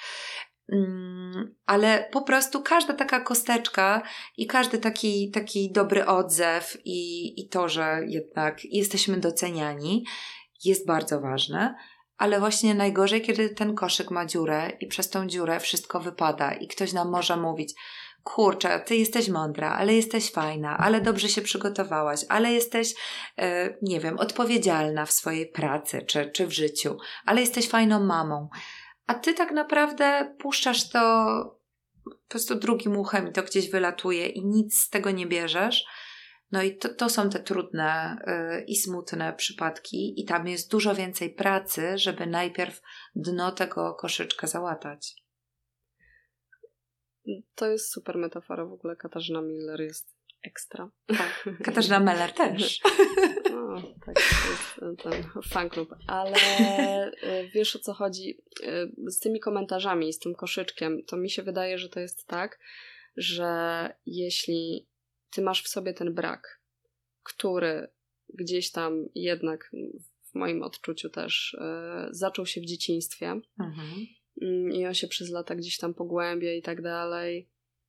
Mm, ale po prostu każda taka kosteczka i każdy taki, taki dobry odzew i, i to, że jednak jesteśmy doceniani, jest bardzo ważne, ale właśnie najgorzej, kiedy ten koszyk ma dziurę i przez tą dziurę wszystko wypada i ktoś nam może mówić, kurczę, ty jesteś mądra, ale jesteś fajna, ale dobrze się przygotowałaś, ale jesteś, e, nie wiem, odpowiedzialna w swojej pracy czy, czy w życiu, ale jesteś fajną mamą. A ty tak naprawdę puszczasz to po prostu drugim uchem i to gdzieś wylatuje i nic z tego nie bierzesz. No i to, to są te trudne yy, i smutne przypadki i tam jest dużo więcej pracy, żeby najpierw dno tego koszyczka załatać. To jest super metafora w ogóle. Katarzyna Miller jest ekstra. Tak. Katarzyna Miller też. No, tak, to jest ten fanklub. Ale wiesz, o co chodzi z tymi komentarzami i z tym koszyczkiem, to mi się wydaje, że to jest tak, że jeśli ty masz w sobie ten brak, który gdzieś tam jednak w moim odczuciu też zaczął się w dzieciństwie, mhm. i on się przez lata gdzieś tam pogłębia i tak dalej,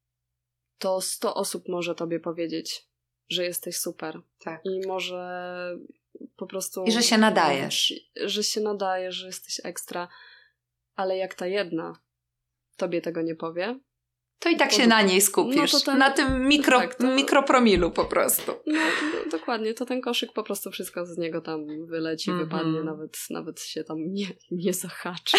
to sto osób może tobie powiedzieć, że jesteś super. Tak. I może po prostu... I że się nadajesz. Że się nadajesz, że jesteś ekstra. Ale jak ta jedna tobie tego nie powie, to i tak to się do... na niej skupisz. No ten... Na tym mikro, tak, to... mikropromilu po prostu. No, no dokładnie. To ten koszyk po prostu wszystko z niego tam wyleci, mm-hmm. wypadnie. Nawet, nawet się tam nie, nie zahaczy.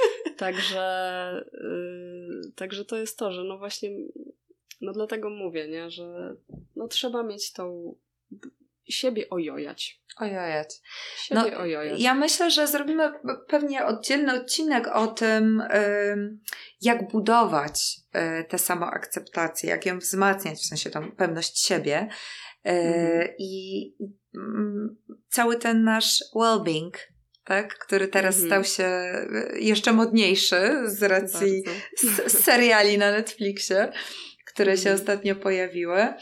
Także, yy, także to jest to, że no właśnie, no dlatego mówię, nie, że no trzeba mieć tą siebie ojojać. Ojojać. Siebie no, ojojać. Ja myślę, że zrobimy pewnie oddzielny odcinek o tym, yy, jak budować yy, tę samoakceptację, jak ją wzmacniać, w sensie tą pewność siebie yy, mm-hmm. i yy, cały ten nasz well-being, tak, który teraz mm-hmm. stał się jeszcze modniejszy z racji s- seriali na Netflixie, które mm-hmm. się ostatnio pojawiły.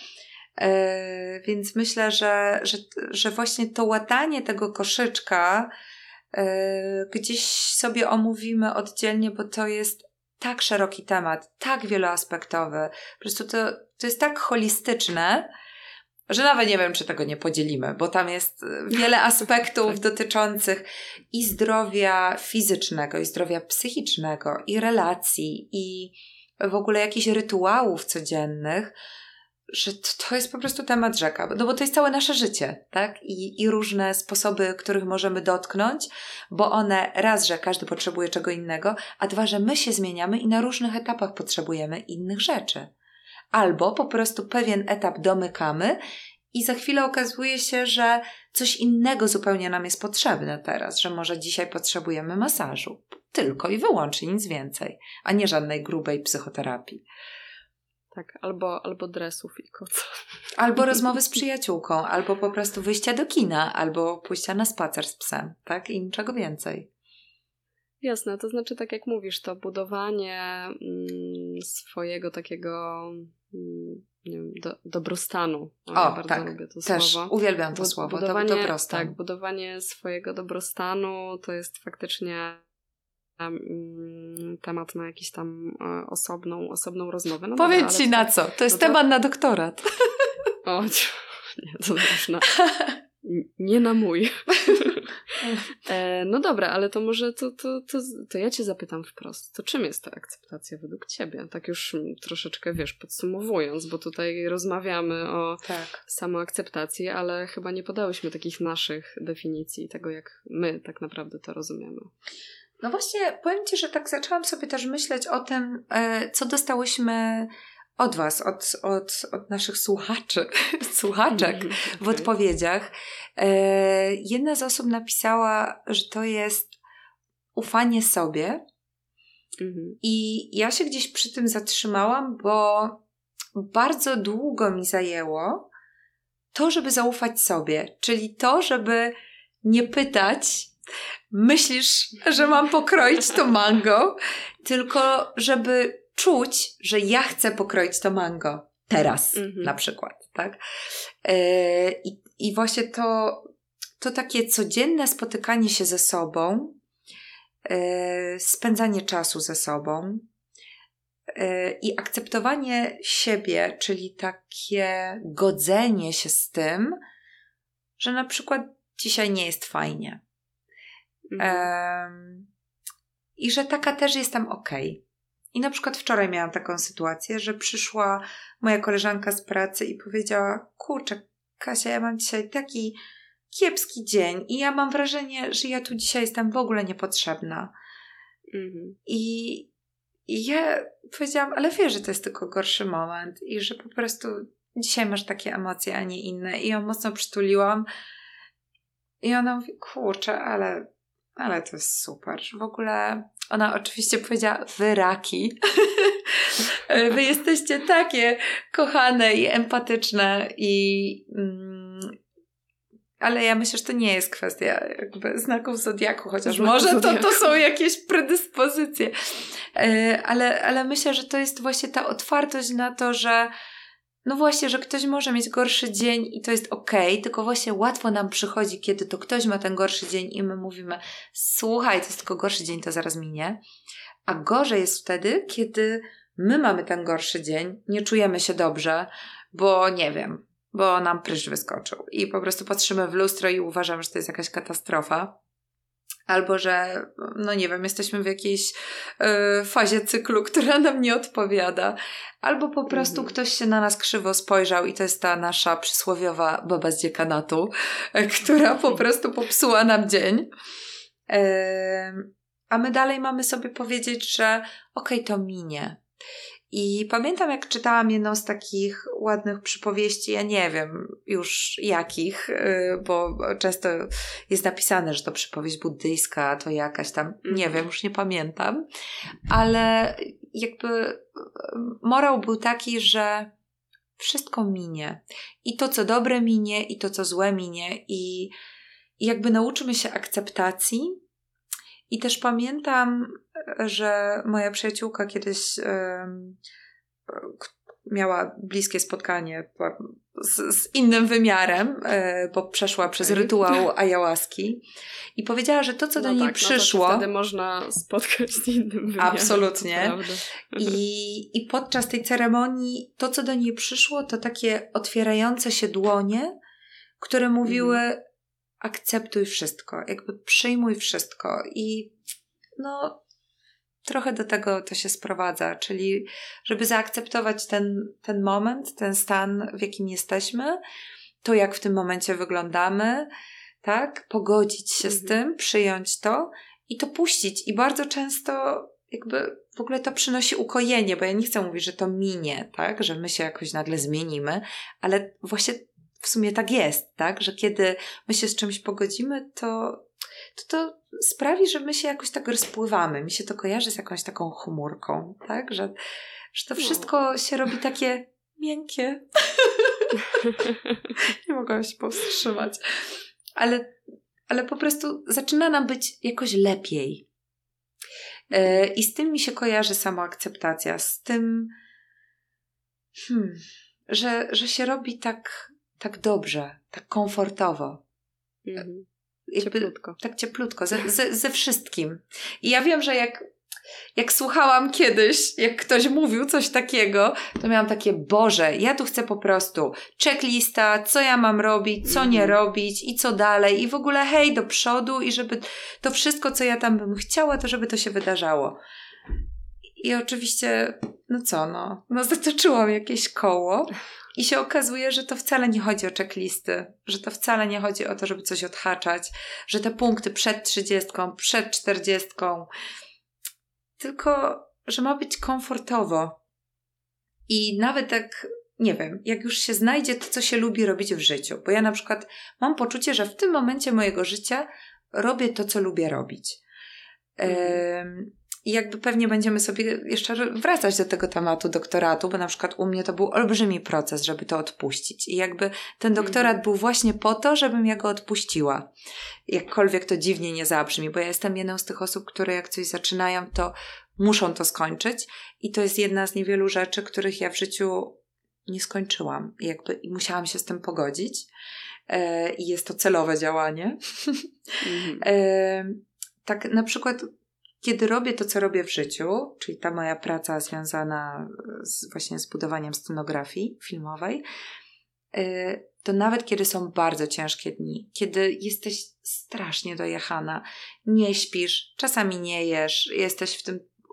E, więc myślę, że, że, że właśnie to łatanie tego koszyczka e, gdzieś sobie omówimy oddzielnie, bo to jest tak szeroki temat, tak wieloaspektowy. Po prostu to, to jest tak holistyczne, że nawet nie wiem, czy tego nie podzielimy, bo tam jest wiele aspektów dotyczących i zdrowia fizycznego, i zdrowia psychicznego, i relacji, i w ogóle jakichś rytuałów codziennych, że to jest po prostu temat rzeka, no bo to jest całe nasze życie, tak? I, i różne sposoby, których możemy dotknąć, bo one raz, że każdy potrzebuje czego innego, a dwa, że my się zmieniamy i na różnych etapach potrzebujemy innych rzeczy. Albo po prostu pewien etap domykamy i za chwilę okazuje się, że coś innego zupełnie nam jest potrzebne teraz, że może dzisiaj potrzebujemy masażu. Tylko i wyłącznie, nic więcej, a nie żadnej grubej psychoterapii. Tak, albo, albo dresów i koca. Albo rozmowy z przyjaciółką, albo po prostu wyjścia do kina, albo pójścia na spacer z psem, tak? I niczego więcej. Jasne, to znaczy tak jak mówisz, to budowanie mm, swojego takiego mm, nie wiem, do, dobrostanu. O, ja bardzo tak, lubię to też słowo. uwielbiam to słowo, budowanie, to dobrostan. Tak, budowanie swojego dobrostanu to jest faktycznie um, temat na jakiś tam um, osobną, osobną rozmowę. No Powiem dobra, ci ale na to, co, to jest no temat to... na doktorat. O, nie, to już na... Nie na mój. e, no dobra, ale to może to, to, to, to ja cię zapytam wprost. To czym jest ta akceptacja według ciebie? Tak już troszeczkę, wiesz, podsumowując, bo tutaj rozmawiamy o tak. samoakceptacji, ale chyba nie podałyśmy takich naszych definicji tego, jak my tak naprawdę to rozumiemy. No właśnie, powiem ci, że tak zaczęłam sobie też myśleć o tym, co dostałyśmy od was, od, od, od naszych słuchaczy, słuchaczek okay. w odpowiedziach. E, jedna z osób napisała, że to jest ufanie sobie mm-hmm. i ja się gdzieś przy tym zatrzymałam, bo bardzo długo mi zajęło to, żeby zaufać sobie, czyli to, żeby nie pytać, myślisz, że mam pokroić to mango, tylko żeby czuć, że ja chcę pokroić to mango teraz mm-hmm. na przykład, tak? Yy, i, I właśnie to, to takie codzienne spotykanie się ze sobą, yy, spędzanie czasu ze sobą yy, i akceptowanie siebie, czyli takie godzenie się z tym, że na przykład dzisiaj nie jest fajnie. Mm-hmm. Yy, I że taka też jestem okej. I na przykład wczoraj miałam taką sytuację, że przyszła moja koleżanka z pracy i powiedziała, kurczę, Kasia, ja mam dzisiaj taki kiepski dzień i ja mam wrażenie, że ja tu dzisiaj jestem w ogóle niepotrzebna. Mhm. I, I ja powiedziałam, ale wiesz, że to jest tylko gorszy moment i że po prostu dzisiaj masz takie emocje, a nie inne. I ją mocno przytuliłam i ona mówi, kurczę, ale, ale to jest super. W ogóle ona oczywiście powiedziała, wy raki. Wy jesteście takie kochane i empatyczne i... Mm, ale ja myślę, że to nie jest kwestia jakby znaków zodiaku, chociaż Znaków może zodiaku. To, to są jakieś predyspozycje. Ale, ale myślę, że to jest właśnie ta otwartość na to, że no właśnie, że ktoś może mieć gorszy dzień i to jest okej, okay, tylko właśnie łatwo nam przychodzi, kiedy to ktoś ma ten gorszy dzień i my mówimy, słuchaj, to jest tylko gorszy dzień, to zaraz minie. A gorzej jest wtedy, kiedy my mamy ten gorszy dzień, nie czujemy się dobrze, bo nie wiem, bo nam pryszcz wyskoczył i po prostu patrzymy w lustro i uważamy, że to jest jakaś katastrofa. Albo, że, no nie wiem, jesteśmy w jakiejś y, fazie cyklu, która nam nie odpowiada. Albo po prostu mm-hmm. ktoś się na nas krzywo spojrzał i to jest ta nasza przysłowiowa baba z dziekanatu, y, która po prostu popsuła nam dzień. Y, a my dalej mamy sobie powiedzieć, że okej, okay, to minie. I pamiętam, jak czytałam jedną z takich ładnych przypowieści, ja nie wiem już jakich, bo często jest napisane, że to przypowieść buddyjska, to jakaś tam, nie wiem, już nie pamiętam, ale jakby morał był taki, że wszystko minie. I to, co dobre minie, i to, co złe minie, i, i jakby nauczymy się akceptacji. I też pamiętam, że moja przyjaciółka kiedyś um, miała bliskie spotkanie z, z innym wymiarem, e, bo przeszła okay. przez rytuał ayahuaski i powiedziała, że to, co no do niej tak, przyszło... No to wtedy można spotkać z innym wymiarem. Absolutnie. I, I podczas tej ceremonii to, co do niej przyszło, to takie otwierające się dłonie, które mówiły mm. akceptuj wszystko, jakby przyjmuj wszystko i no trochę do tego to się sprowadza, czyli żeby zaakceptować ten, ten moment, ten stan, w jakim jesteśmy, to jak w tym momencie wyglądamy, tak, pogodzić się mhm. z tym, przyjąć to i to puścić i bardzo często jakby w ogóle to przynosi ukojenie, bo ja nie chcę mówić, że to minie, tak, że my się jakoś nagle zmienimy, ale właśnie w sumie tak jest, tak, że kiedy my się z czymś pogodzimy, to to, to sprawi, że my się jakoś tak rozpływamy. Mi się to kojarzy z jakąś taką chmurką, tak, że, że to wszystko no. się robi takie miękkie. Nie mogłam się powstrzymać. Ale, ale po prostu zaczyna nam być jakoś lepiej. Yy, I z tym mi się kojarzy samoakceptacja, z tym hmm, że, że się robi tak tak dobrze, tak komfortowo. Mhm. Jakby, cieplutko. Tak cieplutko, ze, ze, ze wszystkim. I ja wiem, że jak, jak słuchałam kiedyś, jak ktoś mówił coś takiego, to miałam takie, Boże, ja tu chcę po prostu checklista, co ja mam robić, co mm. nie robić i co dalej i w ogóle hej, do przodu i żeby to wszystko, co ja tam bym chciała, to żeby to się wydarzało. I oczywiście, no co, no, no zatoczyłam jakieś koło. I się okazuje, że to wcale nie chodzi o checklisty, że to wcale nie chodzi o to, żeby coś odhaczać, że te punkty przed trzydziestką, przed czterdziestką, tylko, że ma być komfortowo. I nawet tak, nie wiem, jak już się znajdzie to, co się lubi robić w życiu, bo ja na przykład mam poczucie, że w tym momencie mojego życia robię to, co lubię robić. Mm. Ym, I jakby pewnie będziemy sobie jeszcze wracać do tego tematu doktoratu, bo na przykład u mnie to był olbrzymi proces, żeby to odpuścić. I jakby ten doktorat mm. był właśnie po to, żebym ja go odpuściła. Jakkolwiek to dziwnie nie zabrzmi, bo ja jestem jedną z tych osób, które jak coś zaczynają, to muszą to skończyć. I to jest jedna z niewielu rzeczy, których ja w życiu nie skończyłam. I jakby i musiałam się z tym pogodzić. E, I jest to celowe działanie. Mm. e, tak na przykład kiedy robię to, co robię w życiu, czyli ta moja praca związana z, właśnie z budowaniem scenografii filmowej, to nawet kiedy są bardzo ciężkie dni, kiedy jesteś strasznie dojechana, nie śpisz, czasami nie jesz, jesteś w tym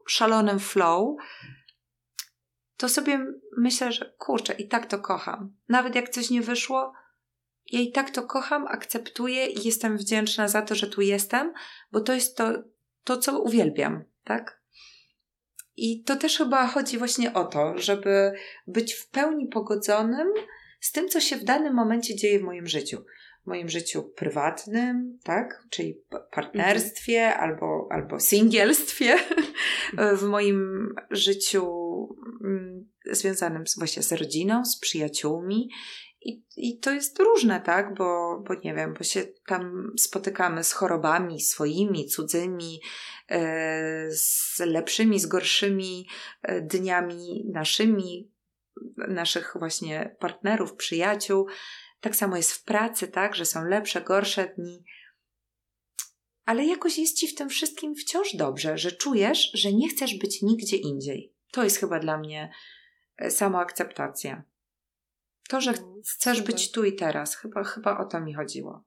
szalonym flow, to sobie myślę, że kurczę, i tak to kocham. Nawet jak coś nie wyszło, ja i tak to kocham, akceptuję i jestem wdzięczna za to, że tu jestem, bo to jest to, to co uwielbiam, tak? I to też chyba chodzi właśnie o to, żeby być w pełni pogodzonym z tym, co się w danym momencie dzieje w moim życiu. W moim życiu prywatnym, tak? Czyli partnerstwie mhm. albo, albo singielstwie. W moim życiu mm, związanym z, właśnie z rodziną, z przyjaciółmi. I, I to jest różne, tak? Bo, bo nie wiem, bo się tam spotykamy z chorobami swoimi, cudzymi, e, z lepszymi, z gorszymi e, dniami naszymi, naszych właśnie partnerów, przyjaciół. Tak samo jest w pracy, tak? Że są lepsze, gorsze dni. Ale jakoś jest ci w tym wszystkim wciąż dobrze, że czujesz, że nie chcesz być nigdzie indziej. To jest chyba dla mnie samoakceptacja. To, że no, chcesz super. Być tu i teraz. Chyba, chyba o to mi chodziło.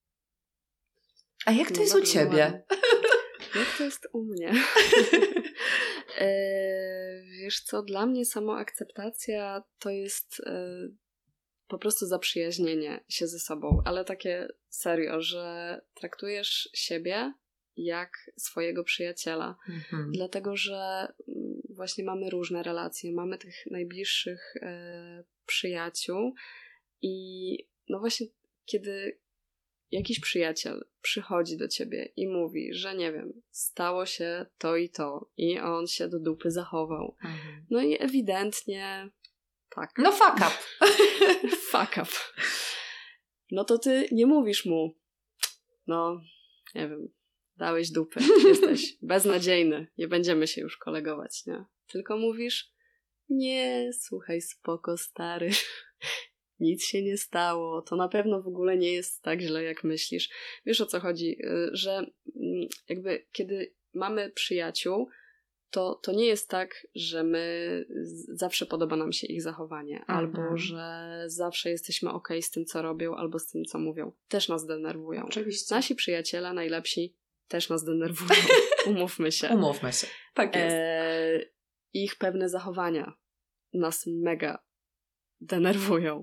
A jak to no, jest u ciebie? Jak to jest u mnie? e, wiesz co, dla mnie samoakceptacja to jest e, po prostu zaprzyjaźnienie się ze sobą, ale takie serio, że traktujesz siebie jak swojego przyjaciela. Mhm. Dlatego, że właśnie mamy różne relacje, mamy tych najbliższych e, przyjaciół i no właśnie kiedy jakiś przyjaciel przychodzi do ciebie i mówi, że nie wiem, stało się to i to i on się do dupy zachował. Mhm. No i ewidentnie tak. No fuck up. Fuck up. No to ty nie mówisz mu, no nie wiem, dałeś dupy, jesteś beznadziejny, nie będziemy się już kolegować, nie? Tylko mówisz, nie, słuchaj, spoko, stary, nic się nie stało, to na pewno w ogóle nie jest tak źle, jak myślisz. Wiesz, o co chodzi, że jakby kiedy mamy przyjaciół, to, to nie jest tak, że my zawsze podoba nam się ich zachowanie, mhm. albo że zawsze jesteśmy okej z tym, co robią, albo z tym, co mówią. Też nas denerwują. Oczywiście. Nasi przyjaciele, najlepsi, też nas denerwują. Umówmy się. Umówmy się. Tak jest. E, ich pewne zachowania nas mega denerwują.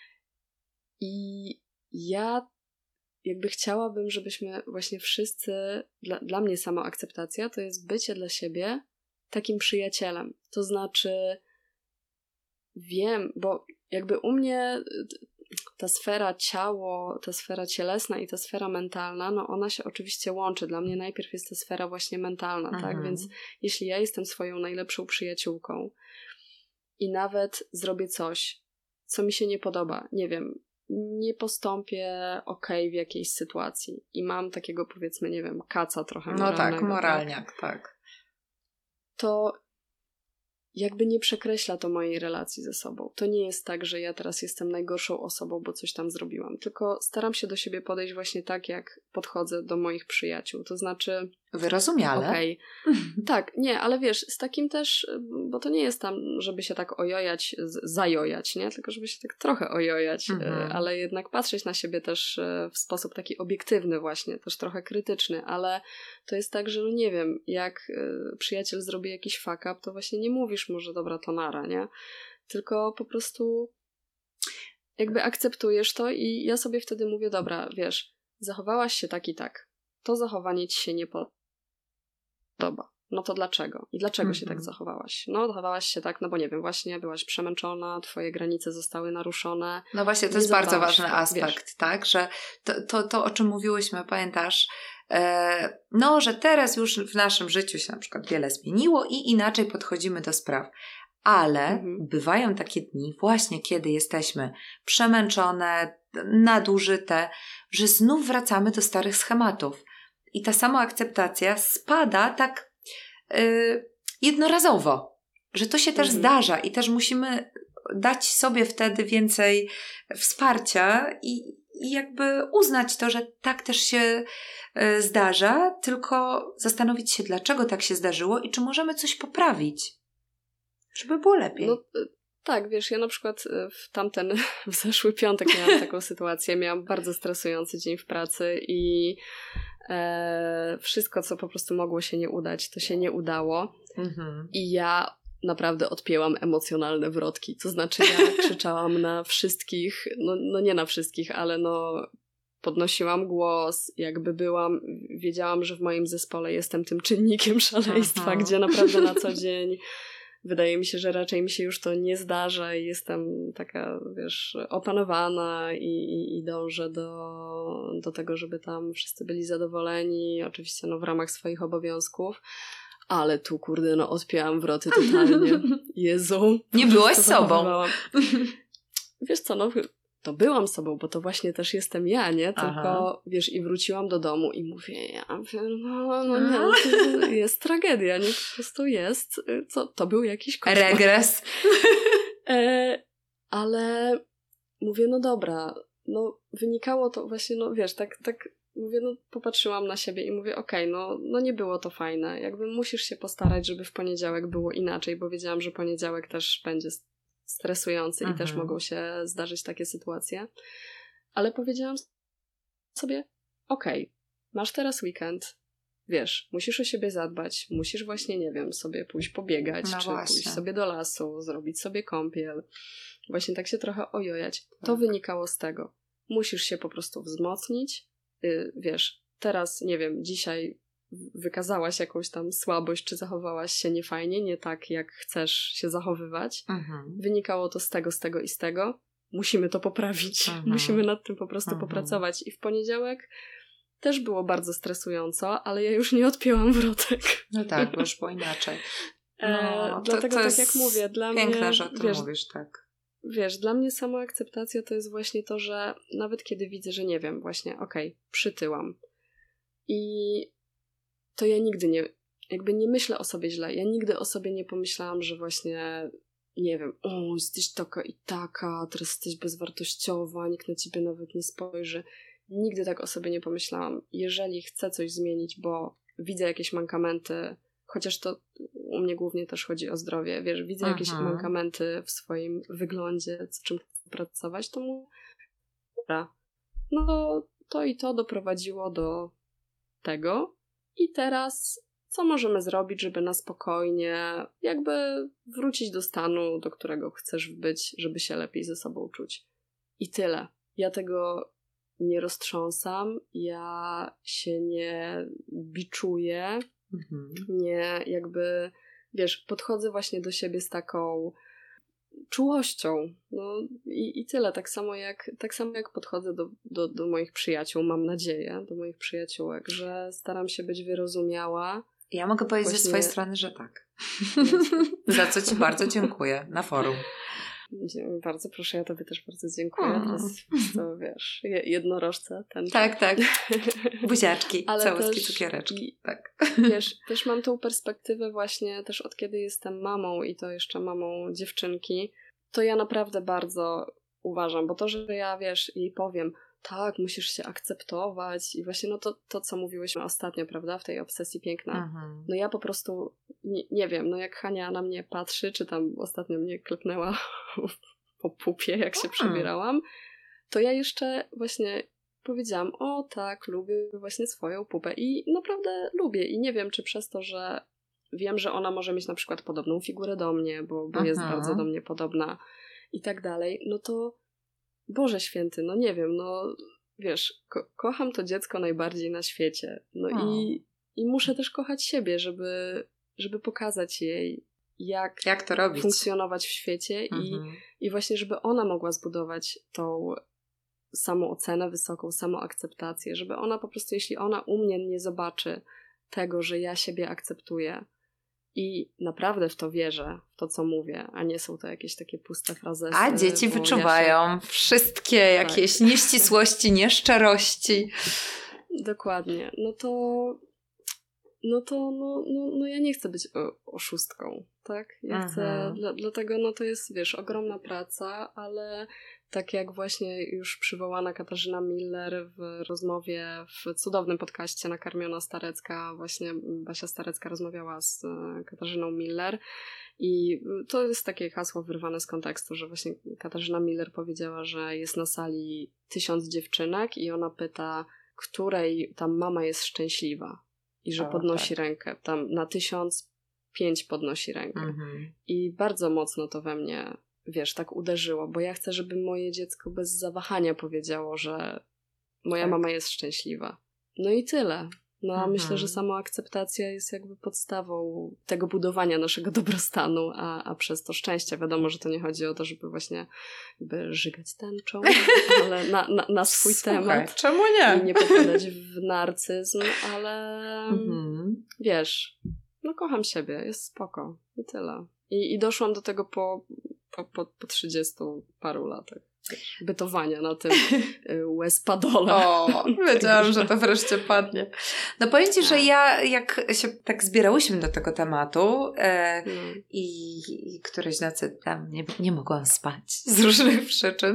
I ja jakby chciałabym, żebyśmy właśnie wszyscy, dla, dla mnie samoakceptacja to jest bycie dla siebie takim przyjacielem. To znaczy wiem, bo jakby u mnie ta sfera ciało, ta sfera cielesna i ta sfera mentalna, no ona się oczywiście łączy. Dla mnie najpierw jest ta sfera właśnie mentalna, mhm. tak? Więc jeśli ja jestem swoją najlepszą przyjaciółką i nawet zrobię coś, co mi się nie podoba, nie wiem, nie postąpię okej w jakiejś sytuacji i mam takiego, powiedzmy, nie wiem, kaca trochę moralnego. No tak, moralniak, tak. tak. To jakby nie przekreśla to mojej relacji ze sobą. To nie jest tak, że ja teraz jestem najgorszą osobą, bo coś tam zrobiłam. Tylko staram się do siebie podejść właśnie tak, jak podchodzę do moich przyjaciół. To znaczy... Wyrozumiale. Okej. Okay. Tak, nie, ale wiesz, z takim też, bo to nie jest tam, żeby się tak ojojać, zajojać, nie? Tylko żeby się tak trochę ojojać, mhm. ale jednak patrzeć na siebie też w sposób taki obiektywny właśnie, też trochę krytyczny, ale to jest tak, że no nie wiem, jak przyjaciel zrobi jakiś fuck up, to właśnie nie mówisz mu, że dobra, to nara, nie? Tylko po prostu jakby akceptujesz to i ja sobie wtedy mówię, dobra, wiesz, zachowałaś się tak i tak. To zachowanie ci się nie podoba. No to dlaczego? I dlaczego mm-hmm. się tak zachowałaś? No zachowałaś się tak, no bo nie wiem, właśnie byłaś przemęczona, twoje granice zostały naruszone. No właśnie, to jest bardzo ważny to, aspekt, wiesz. Tak? Że to, to, to, o czym mówiłyśmy, pamiętasz, e, no, że teraz już w naszym życiu się na przykład wiele zmieniło i inaczej podchodzimy do spraw. Ale mm-hmm. bywają takie dni właśnie, kiedy jesteśmy przemęczone, nadużyte, że znów wracamy do starych schematów. I ta samoakceptacja spada tak yy, jednorazowo, że to się też mhm. zdarza i też musimy dać sobie wtedy więcej wsparcia i, i jakby uznać to, że tak też się yy, zdarza, tylko zastanowić się, dlaczego tak się zdarzyło i czy możemy coś poprawić, żeby było lepiej. No, tak, wiesz, ja na przykład w tamten, w zeszły piątek miałam taką sytuację, miałam bardzo stresujący dzień w pracy i E, wszystko, co po prostu mogło się nie udać, to się nie udało. Mhm. I ja naprawdę odpięłam emocjonalne wrotki. To znaczy ja krzyczałam na wszystkich, no, no nie na wszystkich, ale no podnosiłam głos, jakby byłam, wiedziałam, że w moim zespole jestem tym czynnikiem szaleństwa, Aha. gdzie naprawdę na co dzień wydaje mi się, że raczej mi się już to nie zdarza i jestem taka, wiesz, opanowana i, i, i dążę do, do tego, żeby tam wszyscy byli zadowoleni, oczywiście no w ramach swoich obowiązków. Ale tu, kurde, no odpięłam wroty totalnie. Jezu. Nie byłaś sobą. Wiesz co, no to byłam sobą, bo to właśnie też jestem ja, nie? Tylko, Aha. wiesz, i wróciłam do domu i mówię, ja no, no nie, to jest tragedia, nie? Po prostu jest. Co, to był jakiś koszmar. Regres. e, ale mówię, no dobra, no wynikało to właśnie, no wiesz, tak, tak mówię, no popatrzyłam na siebie i mówię, okej, okay, no, no nie było to fajne. Jakby musisz się postarać, żeby w poniedziałek było inaczej, bo wiedziałam, że poniedziałek też będzie stresujący Aha. i też mogą się zdarzyć takie sytuacje. Ale powiedziałam sobie, okej, okay, masz teraz weekend, wiesz, musisz o siebie zadbać, musisz właśnie, nie wiem, sobie pójść pobiegać, no czy właśnie. pójść sobie do lasu, zrobić sobie kąpiel. Właśnie tak się trochę ojojać. To tak. wynikało z tego. Musisz się po prostu wzmocnić, yy, wiesz, teraz, nie wiem, dzisiaj wykazałaś jakąś tam słabość, czy zachowałaś się niefajnie, nie tak, jak chcesz się zachowywać. Mhm. Wynikało to z tego, z tego i z tego. Musimy to poprawić. Mhm. Musimy nad tym po prostu mhm. popracować. I w poniedziałek też było bardzo stresująco, ale ja już nie odpięłam wrotek. No tak, bo już było inaczej. No, e, to, dlatego to tak jak mówię, dla piękne, mnie... że o tym wiesz, mówisz, tak. Wiesz, dla mnie samoakceptacja to jest właśnie to, że nawet kiedy widzę, że nie wiem, właśnie, okej, okay, przytyłam. I to ja nigdy nie, jakby nie myślę o sobie źle. Ja nigdy o sobie nie pomyślałam, że właśnie, nie wiem, o, jesteś taka i taka, teraz jesteś bezwartościowa, nikt na ciebie nawet nie spojrzy. Nigdy tak o sobie nie pomyślałam. Jeżeli chcę coś zmienić, bo widzę jakieś mankamenty, chociaż to u mnie głównie też chodzi o zdrowie, wiesz, widzę Aha. jakieś mankamenty w swoim wyglądzie, z czym chcę pracować, to mówię, dobra, no to i to doprowadziło do tego, i teraz co możemy zrobić, żeby na spokojnie jakby wrócić do stanu, do którego chcesz być, żeby się lepiej ze sobą czuć. I tyle. Ja tego nie roztrząsam, ja się nie biczuję, mhm. nie jakby, wiesz, podchodzę właśnie do siebie z taką czułością. No i, i tyle. Tak samo jak, tak samo jak podchodzę do, do, do moich przyjaciół, mam nadzieję, do moich przyjaciółek, że staram się być wyrozumiała. Ja mogę powiedzieć Właśnie... ze swojej strony, że tak. Za co ci bardzo dziękuję na forum. Bardzo proszę, ja tobie też bardzo dziękuję. Mm. Teraz to wiesz, jednorożce. Ten tak, tak. Buziaczki, całuski, cukiereczki. Tak. Wiesz, też mam tą perspektywę właśnie też od kiedy jestem mamą i to jeszcze mamą dziewczynki, to ja naprawdę bardzo uważam, bo to, że ja wiesz, jej powiem, tak, musisz się akceptować i właśnie no to, to co mówiłyśmy ostatnio, prawda, w tej obsesji piękna. Mhm. No ja po prostu nie, nie wiem, no jak Hania na mnie patrzy, czy tam ostatnio mnie klepnęła po pupie, jak się przebierałam, to ja jeszcze właśnie powiedziałam, o tak, lubię właśnie swoją pupę i naprawdę lubię i nie wiem, czy przez to, że wiem, że ona może mieć na przykład podobną figurę do mnie, bo, bo jest bardzo do mnie podobna i tak dalej, no to Boże święty, no nie wiem, no wiesz, ko- kocham to dziecko najbardziej na świecie. No i, i muszę też kochać siebie, żeby, żeby pokazać jej, jak, jak to robić, funkcjonować w świecie mhm. i, i właśnie, żeby ona mogła zbudować tą samoocenę wysoką, samoakceptację, żeby ona po prostu, jeśli ona u mnie nie zobaczy tego, że ja siebie akceptuję i naprawdę w to wierzę, w to, co mówię, a nie są to jakieś takie puste frazesy. A dzieci wyczuwają ja się... wszystkie jakieś tak. nieścisłości, nieszczerości. Dokładnie. No to no to no, no, no ja nie chcę być oszustką, tak? Ja Aha. chcę, dla, dlatego no to jest, wiesz, ogromna praca, ale tak jak właśnie już przywołana Katarzyna Miller w rozmowie w cudownym podcaście Nakarmiona Starecka, właśnie Basia Starecka rozmawiała z Katarzyną Miller i to jest takie hasło wyrwane z kontekstu, że właśnie Katarzyna Miller powiedziała, że jest na sali tysiąc dziewczynek i ona pyta, której tam mama jest szczęśliwa i że o, podnosi tak. rękę. Tam na tysiąc pięć podnosi rękę. Mhm. I bardzo mocno to we mnie, wiesz, tak uderzyło, bo ja chcę, żeby moje dziecko bez zawahania powiedziało, że moja tak. mama jest szczęśliwa. No i tyle. No a mhm. myślę, że samoakceptacja jest jakby podstawą tego budowania naszego dobrostanu, a, a przez to szczęścia. Wiadomo, że to nie chodzi o to, żeby właśnie jakby żygać tęczą, ale na, na, na swój Słuchaj, temat. Czemu nie? I nie popadać w narcyzm, ale mhm. wiesz, no kocham siebie, jest spoko i tyle. I, i doszłam do tego po, po, po, po trzydziestu paru latach. Bytowania na tym łez-padole. O, wiedziałam, że to wreszcie padnie. No powiem Ci, że ja jak się tak zbierałyśmy do tego tematu e, no. i, i któreś nocy tam nie, nie mogłam spać z różnych przyczyn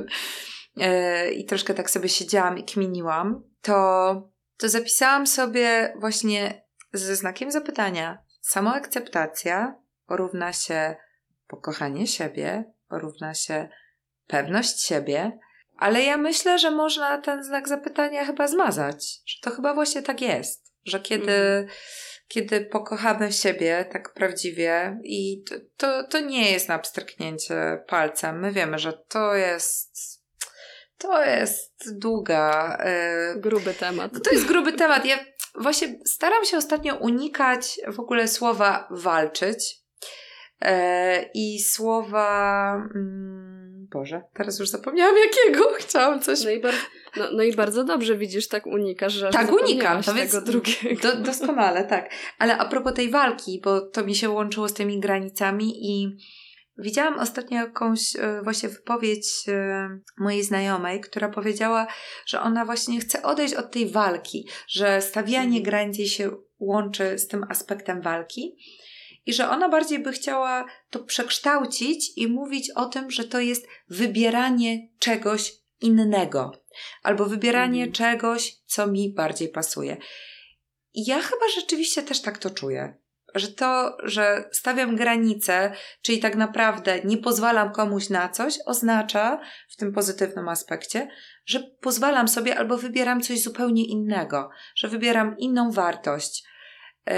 e, i troszkę tak sobie siedziałam i kminiłam, to, to zapisałam sobie właśnie ze znakiem zapytania: samoakceptacja równa się pokochanie siebie, równa się pewność siebie, ale ja myślę, że można ten znak zapytania chyba zmazać, że to chyba właśnie tak jest, że kiedy, mm. kiedy pokochamy siebie tak prawdziwie i to, to, to nie jest na pstryknięcie palcem, my wiemy, że to jest to jest długa yy, gruby temat. To jest gruby temat. Ja właśnie staram się ostatnio unikać w ogóle słowa walczyć yy, i słowa mm, Boże, teraz już zapomniałam jakiego. Chciałam coś... No i, bar- no, no i bardzo dobrze widzisz, tak unikasz, że tak, unikam. To tego drugiego. Do, doskonale, tak. Ale a propos tej walki, bo to mi się łączyło z tymi granicami i widziałam ostatnio jakąś właśnie wypowiedź mojej znajomej, która powiedziała, że ona właśnie chce odejść od tej walki, że stawianie granic jej się łączy z tym aspektem walki. I że ona bardziej by chciała to przekształcić i mówić o tym, że to jest wybieranie czegoś innego. Albo wybieranie mm. czegoś, co mi bardziej pasuje. I ja chyba rzeczywiście też tak to czuję. Że to, że stawiam granice, czyli tak naprawdę nie pozwalam komuś na coś, oznacza w tym pozytywnym aspekcie, że pozwalam sobie albo wybieram coś zupełnie innego. Że wybieram inną wartość. Yy,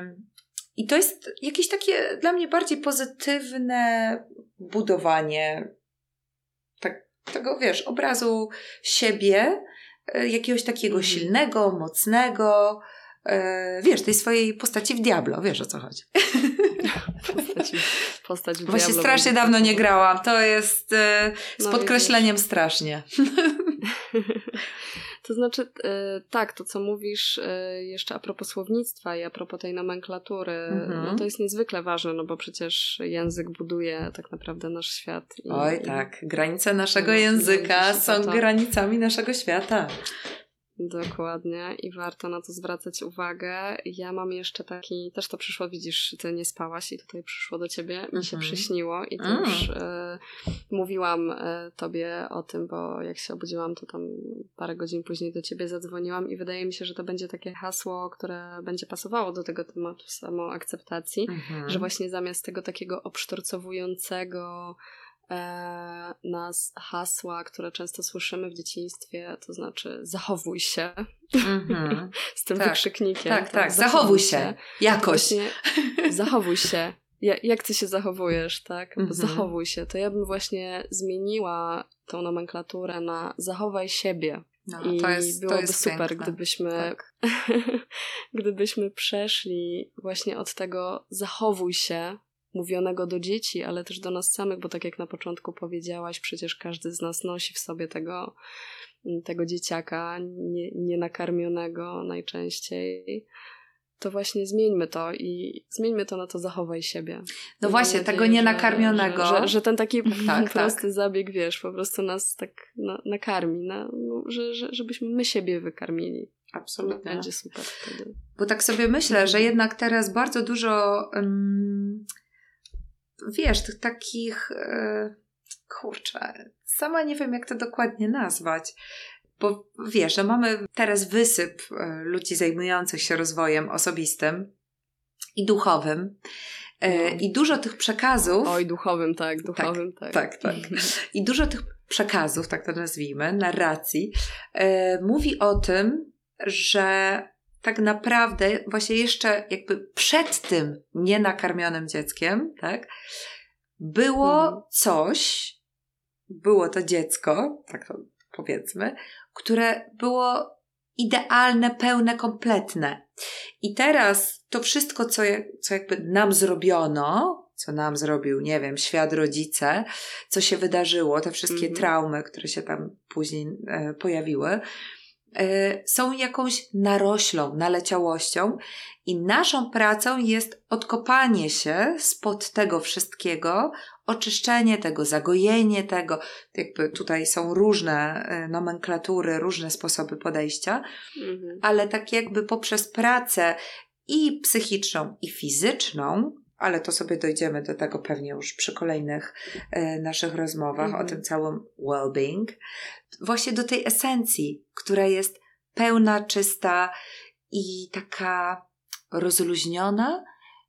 I to jest jakieś takie dla mnie bardziej pozytywne budowanie tak, tego, wiesz, obrazu siebie, jakiegoś takiego mm. silnego, mocnego, e, wiesz, tej swojej postaci w Diablo, wiesz o co chodzi. Postaci, postać w Właśnie Diablo strasznie dawno nie grałam, to jest e, z no, podkreśleniem widzisz. Strasznie. To znaczy, yy, tak, to co mówisz yy, jeszcze a propos słownictwa i a propos tej nomenklatury, mm-hmm. no to jest niezwykle ważne, no bo przecież język buduje tak naprawdę nasz świat. I, Oj tak, granice naszego języka są to... granicami naszego świata. Dokładnie i warto na to zwracać uwagę. Ja mam jeszcze taki, też to przyszło, widzisz, ty nie spałaś i tutaj przyszło do ciebie, mi się mm-hmm. przyśniło i to mm. już y, mówiłam y, tobie o tym, bo jak się obudziłam, to tam parę godzin później do ciebie zadzwoniłam i wydaje mi się, że to będzie takie hasło, które będzie pasowało do tego tematu samoakceptacji, mm-hmm. że właśnie zamiast tego takiego obsztorcowującego E, nas hasła, które często słyszymy w dzieciństwie, to znaczy zachowuj się mm-hmm. z tym tak, wykrzyknikiem. Tak, tak, tak. Zachowuj się. się. Jakoś. Właśnie, zachowuj się. Ja, jak ty się zachowujesz, tak? Mm-hmm. Zachowuj się. To ja bym właśnie zmieniła tą nomenklaturę na zachowaj siebie. No, I to jest, byłoby to jest super, piękne. gdybyśmy tak. gdybyśmy przeszli właśnie od tego zachowuj się mówionego do dzieci, ale też do nas samych, bo tak jak na początku powiedziałaś, przecież każdy z nas nosi w sobie tego, tego dzieciaka nie, nienakarmionego najczęściej. To właśnie zmieńmy to i zmieńmy to na to zachowaj siebie. No Mam właśnie, nadzieję, tego nienakarmionego. Że, że, że ten taki tak, prosty tak. zabieg, wiesz, po prostu nas tak na, nakarmi, na, no, że, że, żebyśmy my siebie wykarmili. Absolutnie. Będzie super wtedy. Bo tak sobie myślę, że jednak teraz bardzo dużo um, wiesz, tych takich e, kurczę, sama nie wiem jak to dokładnie nazwać, bo wiesz, że mamy teraz wysyp e, ludzi zajmujących się rozwojem osobistym i duchowym e, no. i dużo tych przekazów oj, duchowym, tak, duchowym, tak. Tak, tak, tak. I dużo tych przekazów, tak to nazwijmy, narracji, e, mówi o tym, że tak naprawdę właśnie jeszcze jakby przed tym nienakarmionym dzieckiem, tak, było mhm. coś, było to dziecko, tak to powiedzmy, które było idealne, pełne, kompletne. I teraz to wszystko, co, co jakby nam zrobiono, co nam zrobił, nie wiem, świat, rodzice, co się wydarzyło, te wszystkie mhm. traumy, które się tam później e, pojawiły, e, są jakąś naroślą, naleciałością i naszą pracą jest odkopanie się spod tego wszystkiego, oczyszczenie tego, zagojenie tego. Jakby tutaj są różne e, nomenklatury, różne sposoby podejścia, mhm. ale tak jakby poprzez pracę i psychiczną, i fizyczną, ale to sobie dojdziemy do tego pewnie już przy kolejnych e, naszych rozmowach mhm. o tym całym well-being, właśnie do tej esencji, która jest pełna, czysta i taka rozluźniona,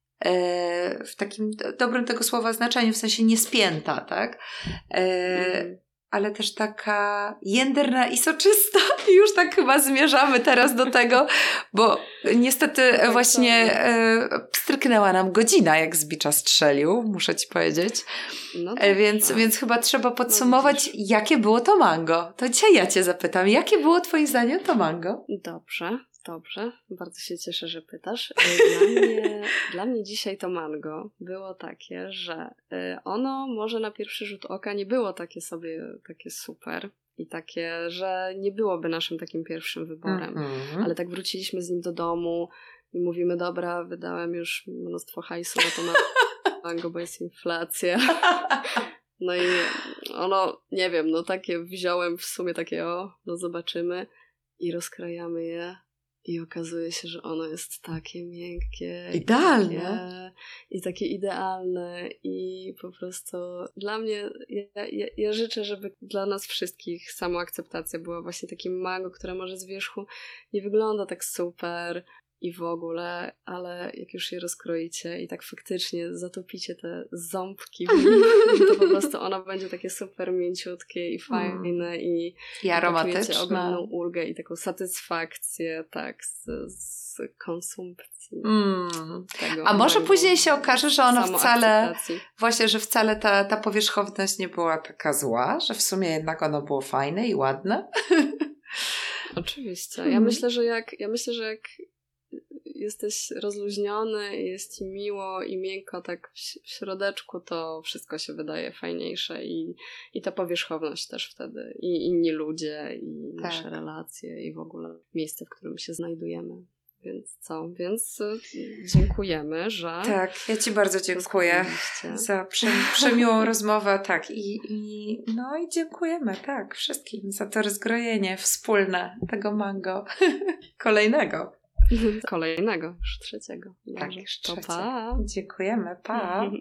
e, w takim dobrym tego słowa znaczeniu, w sensie niespięta, tak? E, mhm. ale też taka jędrna i soczysta. I już tak chyba zmierzamy teraz do tego, bo niestety tak właśnie e, pstryknęła nam godzina, jak z bicza strzelił, muszę ci powiedzieć. No e, więc, więc chyba trzeba podsumować, no jakie było to mango. To dzisiaj ja cię zapytam, jakie było twoim zdaniem to mango? Dobrze, dobrze. Bardzo się cieszę, że pytasz. Dla mnie, dla mnie dzisiaj to mango było takie, że ono może na pierwszy rzut oka nie było takie sobie, takie super i takie, że nie byłoby naszym takim pierwszym wyborem. Mm-hmm. Ale tak wróciliśmy z nim do domu i mówimy, dobra, wydałem już mnóstwo hajsu na to mango, bo jest inflacja. No i ono, nie wiem, no takie wziąłem w sumie takie, o, no zobaczymy i rozkrajamy je. I okazuje się, że ono jest takie miękkie. Idealne. I takie, i takie idealne. I po prostu dla mnie, ja, ja, ja życzę, żeby dla nas wszystkich samoakceptacja była właśnie takim mango, które może z wierzchu nie wygląda tak super i w ogóle, ale jak już je rozkroicie i tak faktycznie zatopicie te ząbki w nim, to po prostu ono będzie takie super mięciutkie i fajne mm. i, I aromatyczne. I poczujecie ogromną ulgę i taką satysfakcję, tak, z, z konsumpcji. Mm. Tego A może mango, później się okaże, że ono wcale, właśnie, że wcale ta, ta powierzchowność nie była taka zła, że w sumie jednak ono było fajne i ładne? Oczywiście. Ja myślę, że jak, ja myślę, że jak jesteś rozluźniony, jest ci miło i miękko tak w środeczku, to wszystko się wydaje fajniejsze i, i ta powierzchowność też wtedy. I inni ludzie, i tak. nasze relacje, i w ogóle miejsce, w którym się znajdujemy. Więc co? Więc dziękujemy, że... Tak, ja ci bardzo dziękuję za przem- przemiłą rozmowę, tak. I, i, no i dziękujemy, tak, wszystkim za to rozgrojenie wspólne tego mango kolejnego. Kolejnego, już trzeciego. Tak, już to trzeciego. pa. Dziękujemy, pa.